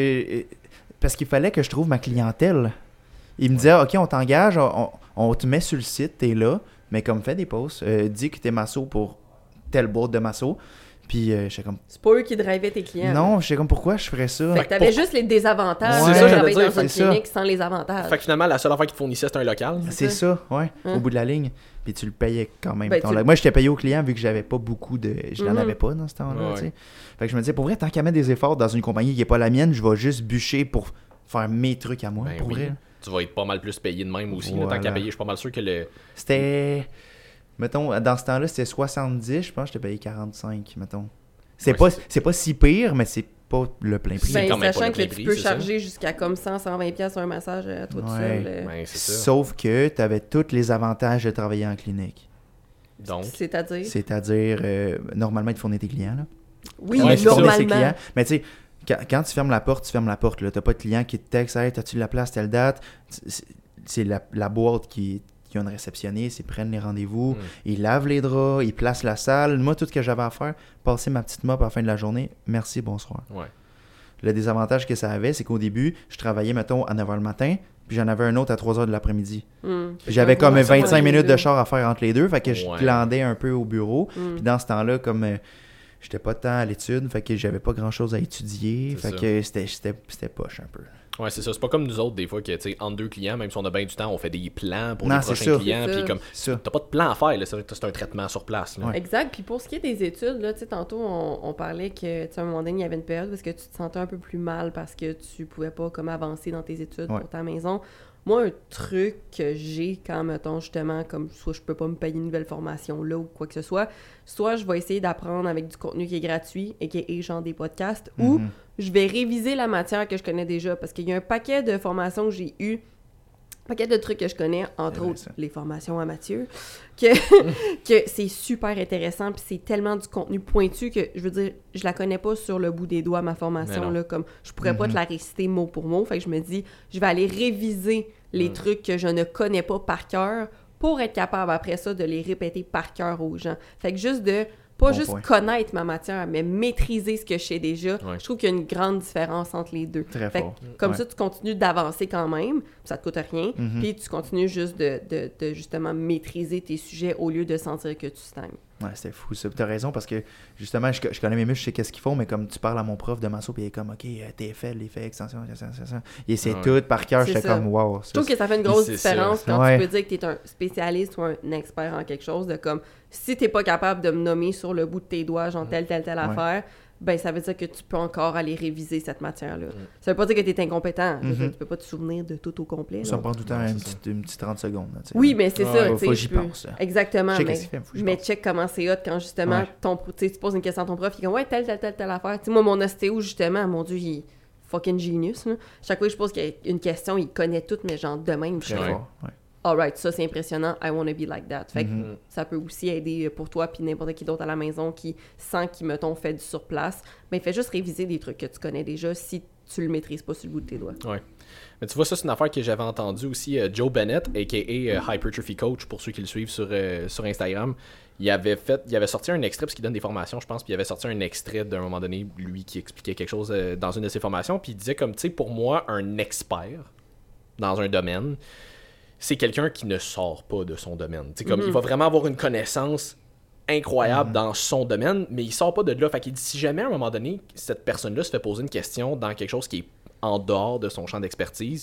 qu'il fallait que je trouve ma clientèle. Il me disait, OK, on t'engage, on te met sur le site, t'es là, mais comme fais des posts, dis que t'es masso pour telle boîte de masso. Puis j'étais comme... C'est pas eux qui drivaient tes clients. Non, j'étais comme, pourquoi je ferais ça? Fait que t'avais juste les désavantages Ouais, de c'est ça, travailler j'allais dans dire, une c'est ça. clinique sans les avantages. Fait que finalement, la seule affaire qui te fournissait, c'était un local. C'est ça, ouais, Hein? au bout de la ligne. Puis tu le payais quand même. Ben, Moi, j'étais payé au client vu que j'avais pas beaucoup de... Je n'en Mhm. avais pas dans ce temps-là, Ouais. tu sais. Fait que je me disais, pour vrai, tant qu'à mettre des efforts dans une compagnie qui est pas la mienne, je vais juste bûcher pour faire mes trucs à moi, Ben pour oui. vrai. Tu vas être pas mal plus payé de même aussi. Là, tant Voilà. qu'à payer, je suis pas mal sûr que le... C'était... Mettons, dans ce temps-là, c'était 70, je pense que j'étais payé 45, mettons. C'est Ouais, pas si pire, mais c'est pas le plein prix. C'est Ben, quand même pas sachant le que plein tu prix, peux c'est ça? charger jusqu'à comme 100-120$ piastres un massage à toi tout Ouais. seul. Ben, c'est ça. Sauf que tu avais tous les avantages de travailler en clinique. Donc, C'est-à-dire? C'est-à-dire, normalement, ils te fournissent tes clients, là. Oui, Ouais, mais c'est ça. Fournissent ses normalement. clients. Mais tu sais, quand tu fermes la porte, tu fermes la porte. T'as pas de client qui te texte, hey, t'as-tu de la place telle date? C'est la boîte qui a une réceptionniste, ils prennent les rendez-vous, ils lavent les draps, ils placent la salle. Moi, tout ce que j'avais à faire, passer ma petite mop à la fin de la journée, merci, bonsoir. ouais. Le désavantage que ça avait, c'est qu'au début, je travaillais, mettons, à 9h le matin, puis j'en avais un autre à 3h de l'après-midi. J'avais comme Ouais, ça 25 va, minutes les de deux. char à faire entre les deux, fait que je Ouais. glandais un peu au bureau. Mm. Puis dans ce temps-là, comme j'étais pas tant à l'étude, fait que j'avais pas grand-chose à étudier, C'est fait ça. que c'était poche un peu. Ouais, c'est ça. C'est pas comme nous autres, des fois, que, tu sais, entre deux clients, même si on a bien du temps, on fait des plans pour Non, les c'est prochains ça. clients. C'est Puis ça. comme, Ça. t'as pas de plan à faire, là. C'est un traitement sur place, là. Ouais. Exact. Puis pour ce qui est des études, là, tu sais, tantôt, on parlait que, tu sais, à un moment donné, il y avait une période parce que tu te sentais un peu plus mal parce que tu pouvais pas, comme, avancer dans tes études Ouais. pour ta maison. Moi, un truc que j'ai quand, mettons, justement, comme, soit je peux pas me payer une nouvelle formation là ou quoi que ce soit je vais essayer d'apprendre avec du contenu qui est gratuit et qui est genre des podcasts, ou Mhm. je vais réviser la matière que je connais déjà parce qu'il y a un paquet de formations que j'ai eues, un paquet de trucs que je connais, entre C'est vrai, autres ça. les formations à Mathieu, que, que c'est super intéressant, puis c'est tellement du contenu pointu que, je veux dire, je la connais pas sur le bout des doigts, ma Mais formation, non. là, comme je pourrais pas Mhm. te la réciter mot pour mot, fait que je me dis, je vais aller réviser les trucs que je ne connais pas par cœur pour être capable, après ça, de les répéter par cœur aux gens. Fait que juste de pas Bon juste point. connaître ma matière, mais maîtriser ce que je sais déjà. Ouais. Je trouve qu'il y a une grande différence entre les deux. Très Fait que, fort. comme Ouais. ça, tu continues d'avancer quand même, puis ça te coûte rien, Mhm. puis tu continues juste de justement maîtriser tes sujets au lieu de sentir que tu stagnes. Ouais, c'était fou ça. T'as raison parce que justement, je connais mes muscles, je sais qu'est-ce qu'ils font, mais comme tu parles à mon prof de masso, puis il est comme, OK, TFL, l'effet, extension, extension. Il sait Ouais. tout par cœur, C'est j'étais ça. comme, wow. Je trouve que ça fait une grosse c'est ça. différence quand Ouais. tu peux dire que tu es un spécialiste ou un expert en quelque chose, de comme, si t'es pas capable de me nommer sur le bout de tes doigts, genre telle affaire, ben ça veut dire que tu peux encore aller réviser cette matière-là. Ça veut pas dire que t'es incompétent. Je veux dire, tu peux pas te souvenir de tout au complet. Ça là. me prend tout le temps Ouais, une c'est petite 30 secondes. Là, tu sais. Oui, mais c'est Ouais, ça. faut tu sais, que j'y je peux- pense, là. Exactement. Je sais Mais, qu'est-ce qu'il fait, faut que j'y mais pense. check comment c'est hot quand justement Ouais. tu poses une question à ton prof, il est comme ouais, telle affaire. Tu sais, moi, mon ostéo, justement, mon Dieu, il est fucking genius. Là. Chaque fois que je pose une question, il connaît tout, mais genre de même. Je suis Très comme, fort. Ouais. alright, ça c'est impressionnant, I wanna be like that. Fait que Mhm. ça peut aussi aider pour toi puis n'importe qui d'autre à la maison qui sent qu'il, mettons, fait du surplace. Ben, fais juste réviser des trucs que tu connais déjà si tu le maîtrises pas sur le bout de tes doigts. Ouais. Mais tu vois, ça, c'est une affaire que j'avais entendue aussi. Joe Bennett, a.k.a. Hypertrophy Coach, pour ceux qui le suivent sur Instagram, il avait sorti un extrait, parce qu'il donne des formations, je pense, puis il avait sorti un extrait d'un moment donné, lui, qui expliquait quelque chose dans une de ses formations, puis il disait comme, tu sais, pour moi, un expert dans un domaine, c'est quelqu'un qui ne sort pas de son domaine. Tu sais, comme, il va vraiment avoir une connaissance incroyable dans son domaine, mais il sort pas de là. Fait qu'il dit, si jamais, à un moment donné, cette personne-là se fait poser une question dans quelque chose qui est en dehors de son champ d'expertise,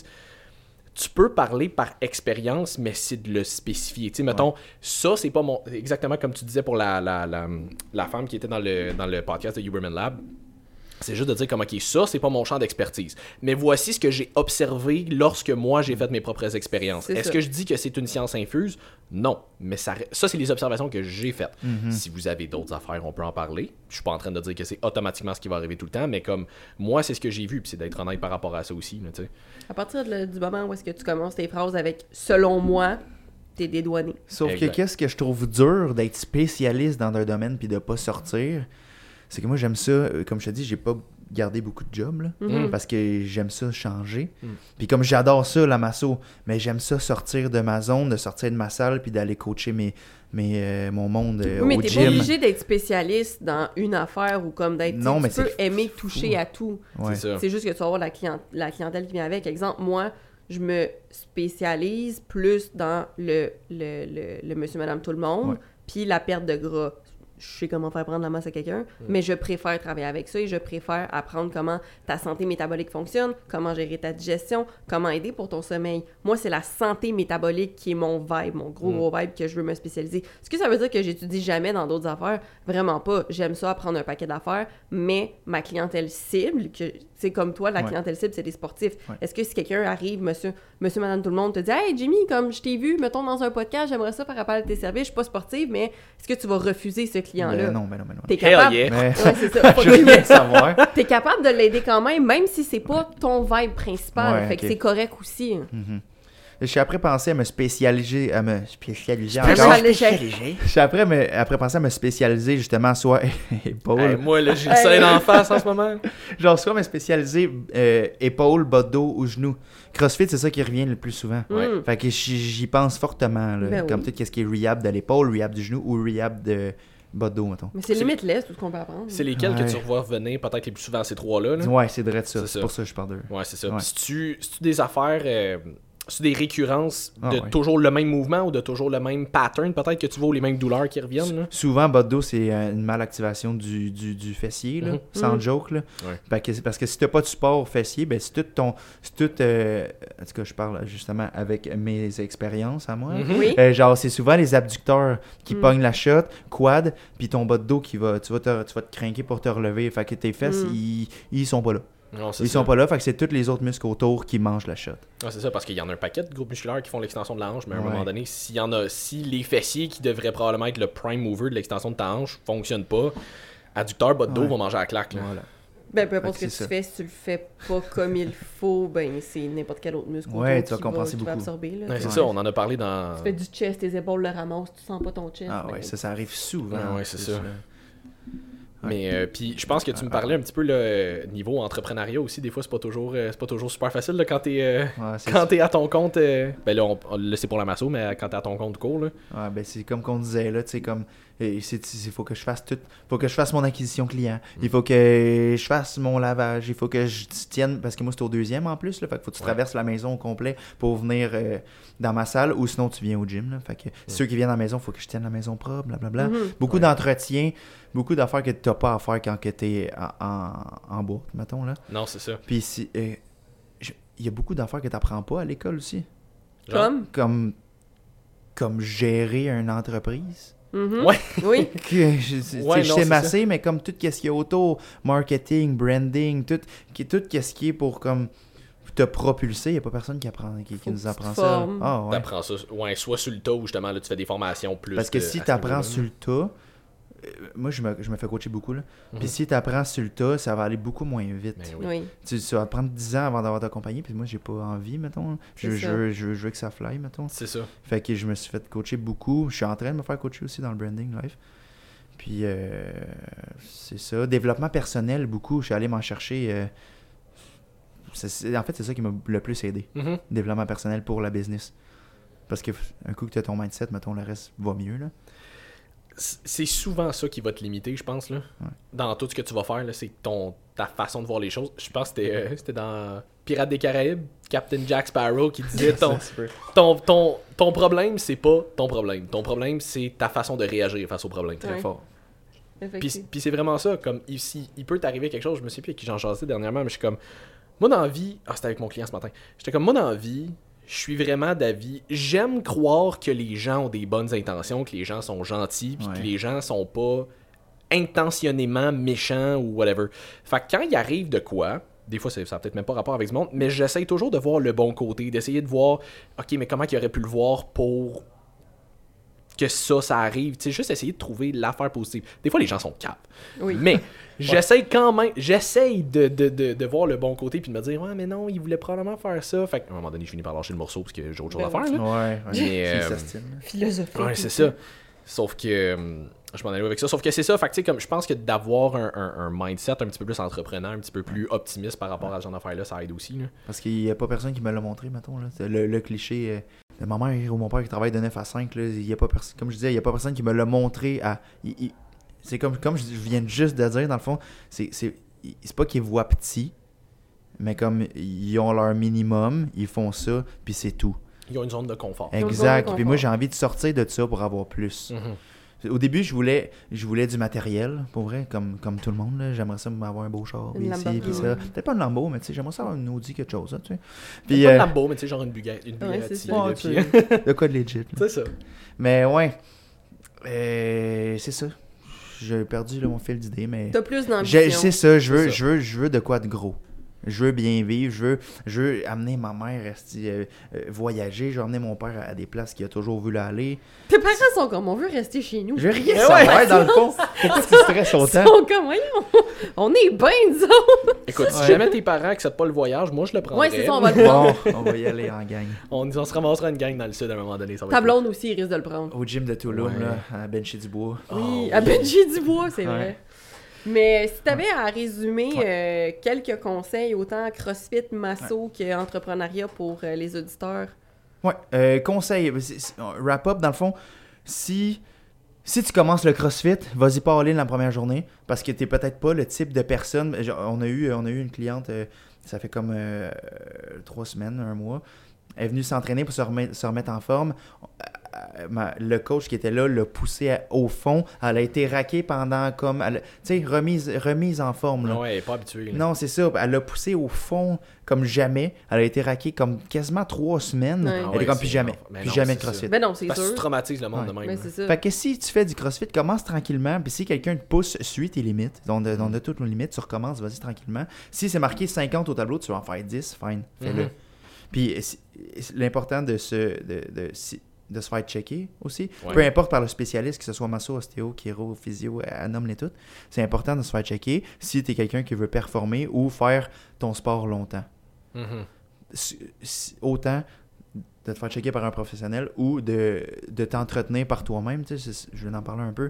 tu peux parler par expérience, mais c'est de le spécifier. Tu sais, mettons, ça, c'est pas mon... Exactement comme tu disais pour la femme qui était dans le podcast de Huberman Lab. C'est juste de dire comme, OK, ça, c'est pas mon champ d'expertise. Mais voici ce que j'ai observé lorsque moi, j'ai fait mes propres expériences. Est-ce que je dis que c'est une science infuse? Non. Mais ça c'est les observations que j'ai faites. Si vous avez d'autres affaires, on peut en parler. Je suis pas en train de dire que c'est automatiquement ce qui va arriver tout le temps, mais comme, moi, c'est ce que j'ai vu, puis c'est d'être honnête par rapport à ça aussi, tu sais. À partir du moment où est-ce que tu commences tes phrases avec « selon moi », t'es dédouané. Sauf que qu'est-ce que je trouve dur d'être spécialiste dans un domaine puis de pas sortir, c'est que moi, j'aime ça. Comme je te dis, j'ai pas gardé beaucoup de jobs, là, parce que j'aime ça changer. Puis comme j'adore ça, la masso, mais j'aime ça sortir de ma zone, de sortir de ma salle, puis d'aller coacher mon monde au mais t'es gym. pas obligé d'être spécialiste dans une affaire ou comme d'être... Non, mais tu peux aimer toucher à tout. Ouais. C'est juste que tu vas avoir la clientèle qui vient avec. Exemple, moi, je me spécialise plus dans le monsieur, madame, tout le monde, puis la perte de gras. Je sais comment faire prendre la masse à quelqu'un, mais je préfère travailler avec ça et je préfère apprendre comment ta santé métabolique fonctionne, comment gérer ta digestion, comment aider pour ton sommeil. Moi, c'est la santé métabolique qui est mon vibe, mon gros vibe que je veux me spécialiser. Est-ce que ça veut dire que j'étudie jamais dans d'autres affaires? Vraiment pas. J'aime ça apprendre un paquet d'affaires, mais ma clientèle cible, c'est comme toi, la clientèle cible, c'est des sportifs. Est-ce que si quelqu'un arrive, monsieur, madame, tout le monde, te dit « Hey, Jimmy, comme je t'ai vu, mettons dans un podcast, j'aimerais ça faire appel à tes services, je suis pas sportive, mais est-ce que tu vas refuser ce client-là? » Non. T'es capable... Hell yeah. Ouais, c'est ça. Je veux bien savoir. T'es capable de l'aider quand même si c'est pas ton vibe principal. Ouais, fait que c'est correct aussi. Je suis après pensé à me spécialiser. Je suis après pensé à me spécialiser justement soit épaule. Hey, moi, là, j'ai le sein en face en ce moment. Genre, soit me spécialiser épaule, bas de dos ou genou. CrossFit, c'est ça qui revient le plus souvent. Fait que j'y pense fortement. Là, comme tout ce qui est rehab de l'épaule, rehab du genou ou rehab de bas de dos, mettons. Mais c'est limitless tout ce qu'on peut apprendre. C'est lesquels que tu revois revenir peut-être les plus souvent, ces trois-là? Là? Ouais, c'est vrai de ça. C'est pour ça que je parle d'eux. Ouais, c'est ça. Ouais. Puis si tu des affaires... c'est des récurrences de toujours le même mouvement ou de toujours le même pattern, peut-être que tu vois, ou les mêmes douleurs qui reviennent. Là. Souvent, bas de dos, c'est une malactivation du fessier, là, sans joke. Là. Parce que si t'as pas de support fessier, ben, en tout cas, je parle justement avec mes expériences à moi. Genre, c'est souvent les abducteurs qui pognent la shot, quad, puis ton bas de dos tu vas te craquer pour te relever. Fait que tes fesses, ils sont pas là. Non, sont pas là, fait que c'est tous les autres muscles autour qui mangent la shot. Ah, c'est ça, parce qu'il y en a un paquet de groupes musculaires qui font l'extension de la hanche, mais à un moment donné, si les fessiers qui devraient probablement être le prime mover de l'extension de ta hanche fonctionnent pas, adducteur, bas de dos vont manger à la claque. Là. Voilà. Ben, peu importe ce que tu fais, si tu le fais pas comme il faut, ben, c'est n'importe quel autre muscle tu vas compenser beaucoup. Absorber. Là, c'est ça, on en a parlé dans... Tu fais du chest, tes épaules le ramassent, tu sens pas ton chest. Ah ouais, ça arrive souvent. Ouais, c'est ça. Mais puis je pense que tu me parlais un petit peu le niveau entrepreneuriat aussi, des fois c'est pas toujours super facile là, quand t'es à ton compte ben là c'est pour la masso, mais quand t'es à ton compte court là. Ouais, ben c'est comme qu'on disait là, tu sais, comme il faut que je fasse tout, faut que je fasse mon acquisition client, il faut que je fasse mon lavage, il faut que je tienne, parce que moi c'est au deuxième en plus là, fait que faut que tu traverses la maison au complet pour venir dans ma salle, ou sinon tu viens au gym là, fait que ceux qui viennent à la maison, faut que je tienne la maison propre, blablabla. Beaucoup d'entretien, beaucoup d'affaires que t'as pas à faire quand t'es en boîte, mettons là. Non, c'est ça. Puis il y a beaucoup d'affaires que t'apprends pas à l'école aussi. Comme gérer une entreprise. Ouais. Oui. Je sais masser, mais comme tout ce qui est autour, marketing, branding, tout ce qui est pour comme te propulser, il n'y a pas personne qui nous apprend ça. Ah, ouais. T'apprends ça, soit sur le tas ou justement là tu fais des formations plus. Parce que si tu apprends sur le tas, moi je me fais coacher beaucoup là. Puis si tu apprends sur le tas, ça va aller beaucoup moins vite. Oui. Tu vas prendre 10 ans avant d'avoir ta compagnie, puis moi j'ai pas envie, mettons. Je veux que ça fly, mettons. C'est ça. Fait que je me suis fait coacher beaucoup. Je suis en train de me faire coacher aussi dans le branding live. Puis c'est ça. Développement personnel, beaucoup. Je suis allé m'en chercher. En fait, c'est ça qui m'a le plus aidé. Développement personnel pour la business. Parce que un coup que tu as ton mindset, mettons, le reste va mieux, là. C'est souvent ça qui va te limiter, je pense, là. Dans tout ce que tu vas faire, là, c'est ta façon de voir les choses. Je pense que c'était dans Pirates des Caraïbes, Captain Jack Sparrow qui disait ton problème, c'est pas ton problème. Ton problème, c'est ta façon de réagir face au problème. Très fort. Puis c'est vraiment ça. Comme ici, il peut t'arriver quelque chose, je me sais plus avec qui j'en jasais dernièrement, mais je suis comme... Moi, dans la vie... c'était avec mon client ce matin. J'étais comme, moi, dans la vie... Je suis vraiment d'avis. J'aime croire que les gens ont des bonnes intentions, que les gens sont gentils, puis que les gens sont pas intentionnément méchant ou whatever. Fait que quand il arrive de quoi, des fois ça n'a peut-être même pas rapport avec ce monde, mais j'essaye toujours de voir le bon côté, d'essayer de voir, ok, mais comment il aurait pu le voir pour que ça arrive, tu sais, juste essayer de trouver l'affaire positive. Des fois les gens sont caves, mais j'essaye quand même, de voir le bon côté puis de me dire, ouais mais non, il voulait probablement faire ça, fait qu'à un moment donné je finis par lâcher le morceau parce que j'ai autre chose à faire, là. Ouais, mais philosophique. Ouais, c'est ça. Sauf que je m'en allais avec ça. Sauf que c'est ça. Fait que, tu sais, comme je pense que d'avoir un mindset un petit peu plus entrepreneur, un petit peu plus optimiste par rapport à ce genre d'affaires-là, ça aide aussi. Là. Parce qu'il n'y a pas personne qui me l'a montré, mettons. Là. Le cliché de ma mère ou mon père qui travaille de 9 à 5, là, il y a pas comme je disais, il n'y a pas personne qui me l'a montré à. C'est comme je viens juste de dire, dans le fond, c'est pas qu'ils voient petit, mais comme ils ont leur minimum, ils font ça, puis c'est tout. Ils ont une zone de confort. Exact. Puis moi, j'ai envie de sortir de ça pour avoir plus. Au début, je voulais du matériel, pour vrai, comme tout le monde. Là. J'aimerais ça avoir un beau char, puis ici, puis ça. Peut-être pas un Lambo, mais tu sais, j'aimerais ça avoir une Audi, quelque chose. Là, tu sais. Puis, pas un Lambo, mais tu sais, genre une Bugatti. De quoi de legit. C'est ça. Mais ouais, c'est ça. J'ai perdu mon fil d'idée, mais... T'as plus d'ambition. C'est ça, je veux de quoi de gros. Je veux bien vivre, je veux amener ma mère voyager, je veux amener mon père à des places qu'il a toujours voulu aller. Tes parents sont comme, on veut rester chez nous. Je veux rien savoir, dans le fond. Pourquoi tu stresses autant? Ils sont comme, on est bien, disons. Écoute, si jamais tes parents acceptent pas le voyage, moi je le prendrais. Ouais, c'est ça, on va le prendre. Bon, on va y aller en gang. On se ramassera une gang dans le sud à un moment donné. Ta blonde aussi, il risque de le prendre. Au gym de Toulouse, là, à Benchy-du-Bois. Oui, à Benchy-du-Bois, c'est vrai. Mais si tu avais à résumer quelques conseils, autant CrossFit, masso qu'entrepreneuriat pour les auditeurs. Ouais, conseil, wrap-up, dans le fond, si tu commences le CrossFit, vas-y pas all-in la première journée, parce que t'es peut-être pas le type de personne. On a eu une cliente, ça fait comme 3 semaines, 1 mois, elle est venue s'entraîner pour se remettre en forme. Le coach qui était là l'a poussé au fond. Elle a été raquée pendant comme... Tu sais, remise en forme. Là. Ouais, elle n'est pas habituée. Là. Non, c'est ça. Elle l'a poussé au fond comme jamais. Elle a été raquée comme quasiment 3 semaines. Ouais. Elle est comme plus jamais. Plus jamais de CrossFit. Ben non, c'est parce sûr. que tu traumatises le monde de même. Ben, c'est ça. Fait que si tu fais du CrossFit, commence tranquillement. Puis si quelqu'un te pousse, suis tes limites. On a toutes nos limites. Tu recommences, vas-y tranquillement. Si c'est marqué 50 au tableau, tu vas en faire 10. Fine, fais-le. Puis l'important de se faire checker aussi, peu importe par le spécialiste, que ce soit masso, ostéo, chiro, physio, nomme-les toutes, c'est important de se faire checker si tu es quelqu'un qui veut performer ou faire ton sport longtemps. Autant de te faire checker par un professionnel ou de t'entretenir par toi-même, tu sais, je vais en parler un peu,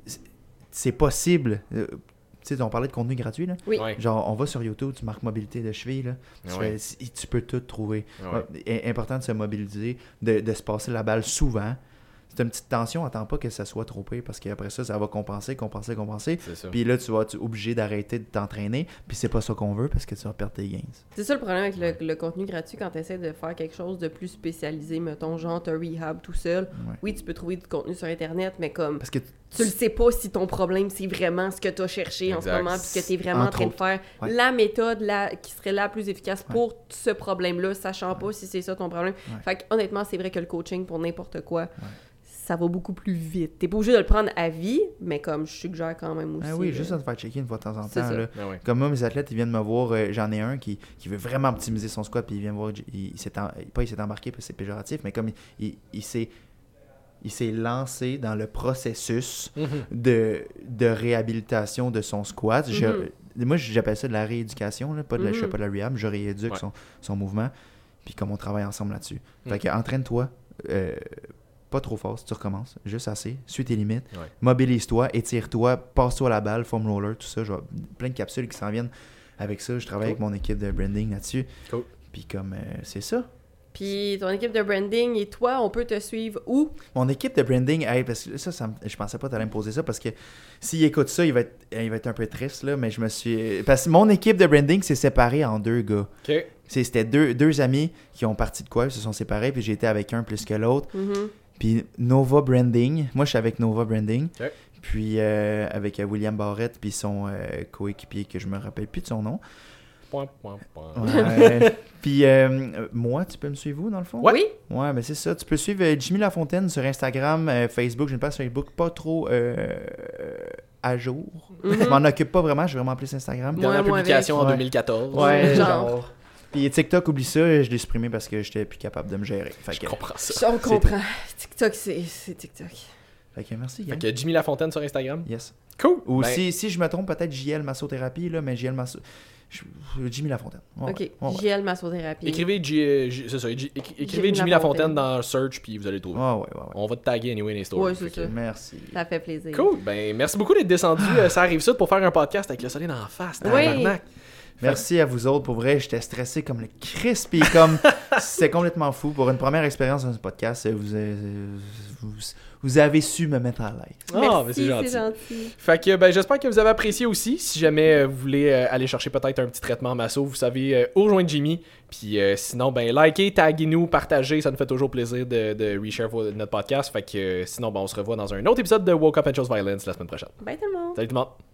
c'est possible. Tu sais, on parlait de contenu gratuit, là. Oui. Genre, on va sur YouTube, tu marques mobilité de cheville, là. Tu peux tout trouver. Important de se mobiliser, de se passer la balle souvent. C'est une petite tension, attends pas que ça soit trop pire, parce qu'après ça va compenser. Puis là, tu vas être obligé d'arrêter de t'entraîner, puis c'est pas ça qu'on veut, parce que tu vas perdre tes gains. C'est ça le problème avec le contenu gratuit quand tu essaies de faire quelque chose de plus spécialisé, mettons, genre t'as rehab tout seul. Ouais. Oui, tu peux trouver du contenu sur Internet, mais comme parce que tu le sais pas si ton problème, c'est vraiment ce que tu as cherché en ce moment, puis que tu es vraiment en train de faire la méthode qui serait la plus efficace pour ce problème-là, sachant pas si c'est ça ton problème. Fait que honnêtement, c'est vrai que le coaching pour n'importe quoi, ça va beaucoup plus vite. T'es pas obligé de le prendre à vie, mais comme je suggère quand même aussi. Ah oui, juste à te faire checker une fois de temps en temps. Là. Ah ouais. Comme moi, mes athlètes, ils viennent me voir. J'en ai un qui veut vraiment optimiser son squat, puis il vient me voir. Il s'est embarqué, parce que c'est péjoratif, mais comme il s'est lancé dans le processus de réhabilitation de son squat. Moi, j'appelle ça de la rééducation. Là, je fais pas de la rehab, je rééduque son mouvement. Puis comme on travaille ensemble là-dessus. Fait que entraîne-toi. Pas trop fort si tu recommences, juste assez, suis tes limites, mobilise-toi, étire-toi, passe-toi la balle, foam roller, tout ça, genre plein de capsules qui s'en viennent avec ça. Je travaille avec mon équipe de branding là-dessus. Cool. Puis comme, c'est ça. Puis ton équipe de branding et toi, on peut te suivre où? Mon équipe de branding, parce que je pensais pas que tu allais me poser ça, parce que s'il écoute ça, il va être un peu triste, là, mais parce que mon équipe de branding s'est séparée en 2 gars. OK. C'était deux amis qui ont parti de quoi, ils se sont séparés, puis j'ai été avec un plus que l'autre. Puis Nova Branding, moi je suis avec Nova Branding, puis avec William Barrett, puis son coéquipier que je me rappelle plus de son nom. Ouais. Puis moi, tu peux me suivre où, dans le fond? Ouais. Oui. Ouais, mais c'est ça. Tu peux suivre Jimmy Lafontaine sur Instagram, Facebook. J'ai une page Facebook pas trop à jour. Je m'en occupe pas vraiment. Je vais vraiment plus Instagram. Dernière moi publication en avec. 2014. Ouais, Genre. genre. Puis TikTok, oublie ça. Je l'ai supprimé parce que j'étais plus capable de me gérer. Fait Je que, comprends ça. On comprend. TikTok, c'est TikTok. fait que merci, Fait gang. que Jimmy Lafontaine sur Instagram. Yes. Cool. Ou Ben, si je me trompe, peut-être JL Massothérapie, là, mais JL Masso... Jimmy Lafontaine. Ouais, Ok, ouais, ouais. JL Massothérapie. Écrivez, c'est ça, écrivez Jimmy Jimmy Lafontaine Lafontaine dans Search, puis vous allez le trouver. Ouais, ouais, ouais. On va te taguer anyway dans les stories. Ouais, c'est Fait que- ça. Merci. Ça fait plaisir. Cool. Ben, merci beaucoup d'être descendu. Ça arrive ça pour faire un podcast avec le soleil dans la face. Oui. tabarnak. Merci à vous autres. Pour vrai, j'étais stressé comme le Christ. Puis comme c'était complètement fou. Pour une première expérience dans ce podcast, vous avez su me mettre à l'aise. Ah, Merci, mais c'est gentil. c'est gentil. Fait que ben, j'espère que vous avez apprécié aussi. Si jamais vous voulez aller chercher peut-être un petit traitement masso, vous savez où rejoindre Jimmy. Puis sinon, ben likez, taguez-nous, partagez, ça nous fait toujours plaisir de reshare notre podcast. Fait que sinon, ben, on se revoit dans un autre épisode de Woke Up and Chose Violence la semaine prochaine. Bye tout le monde. Salut tout le monde!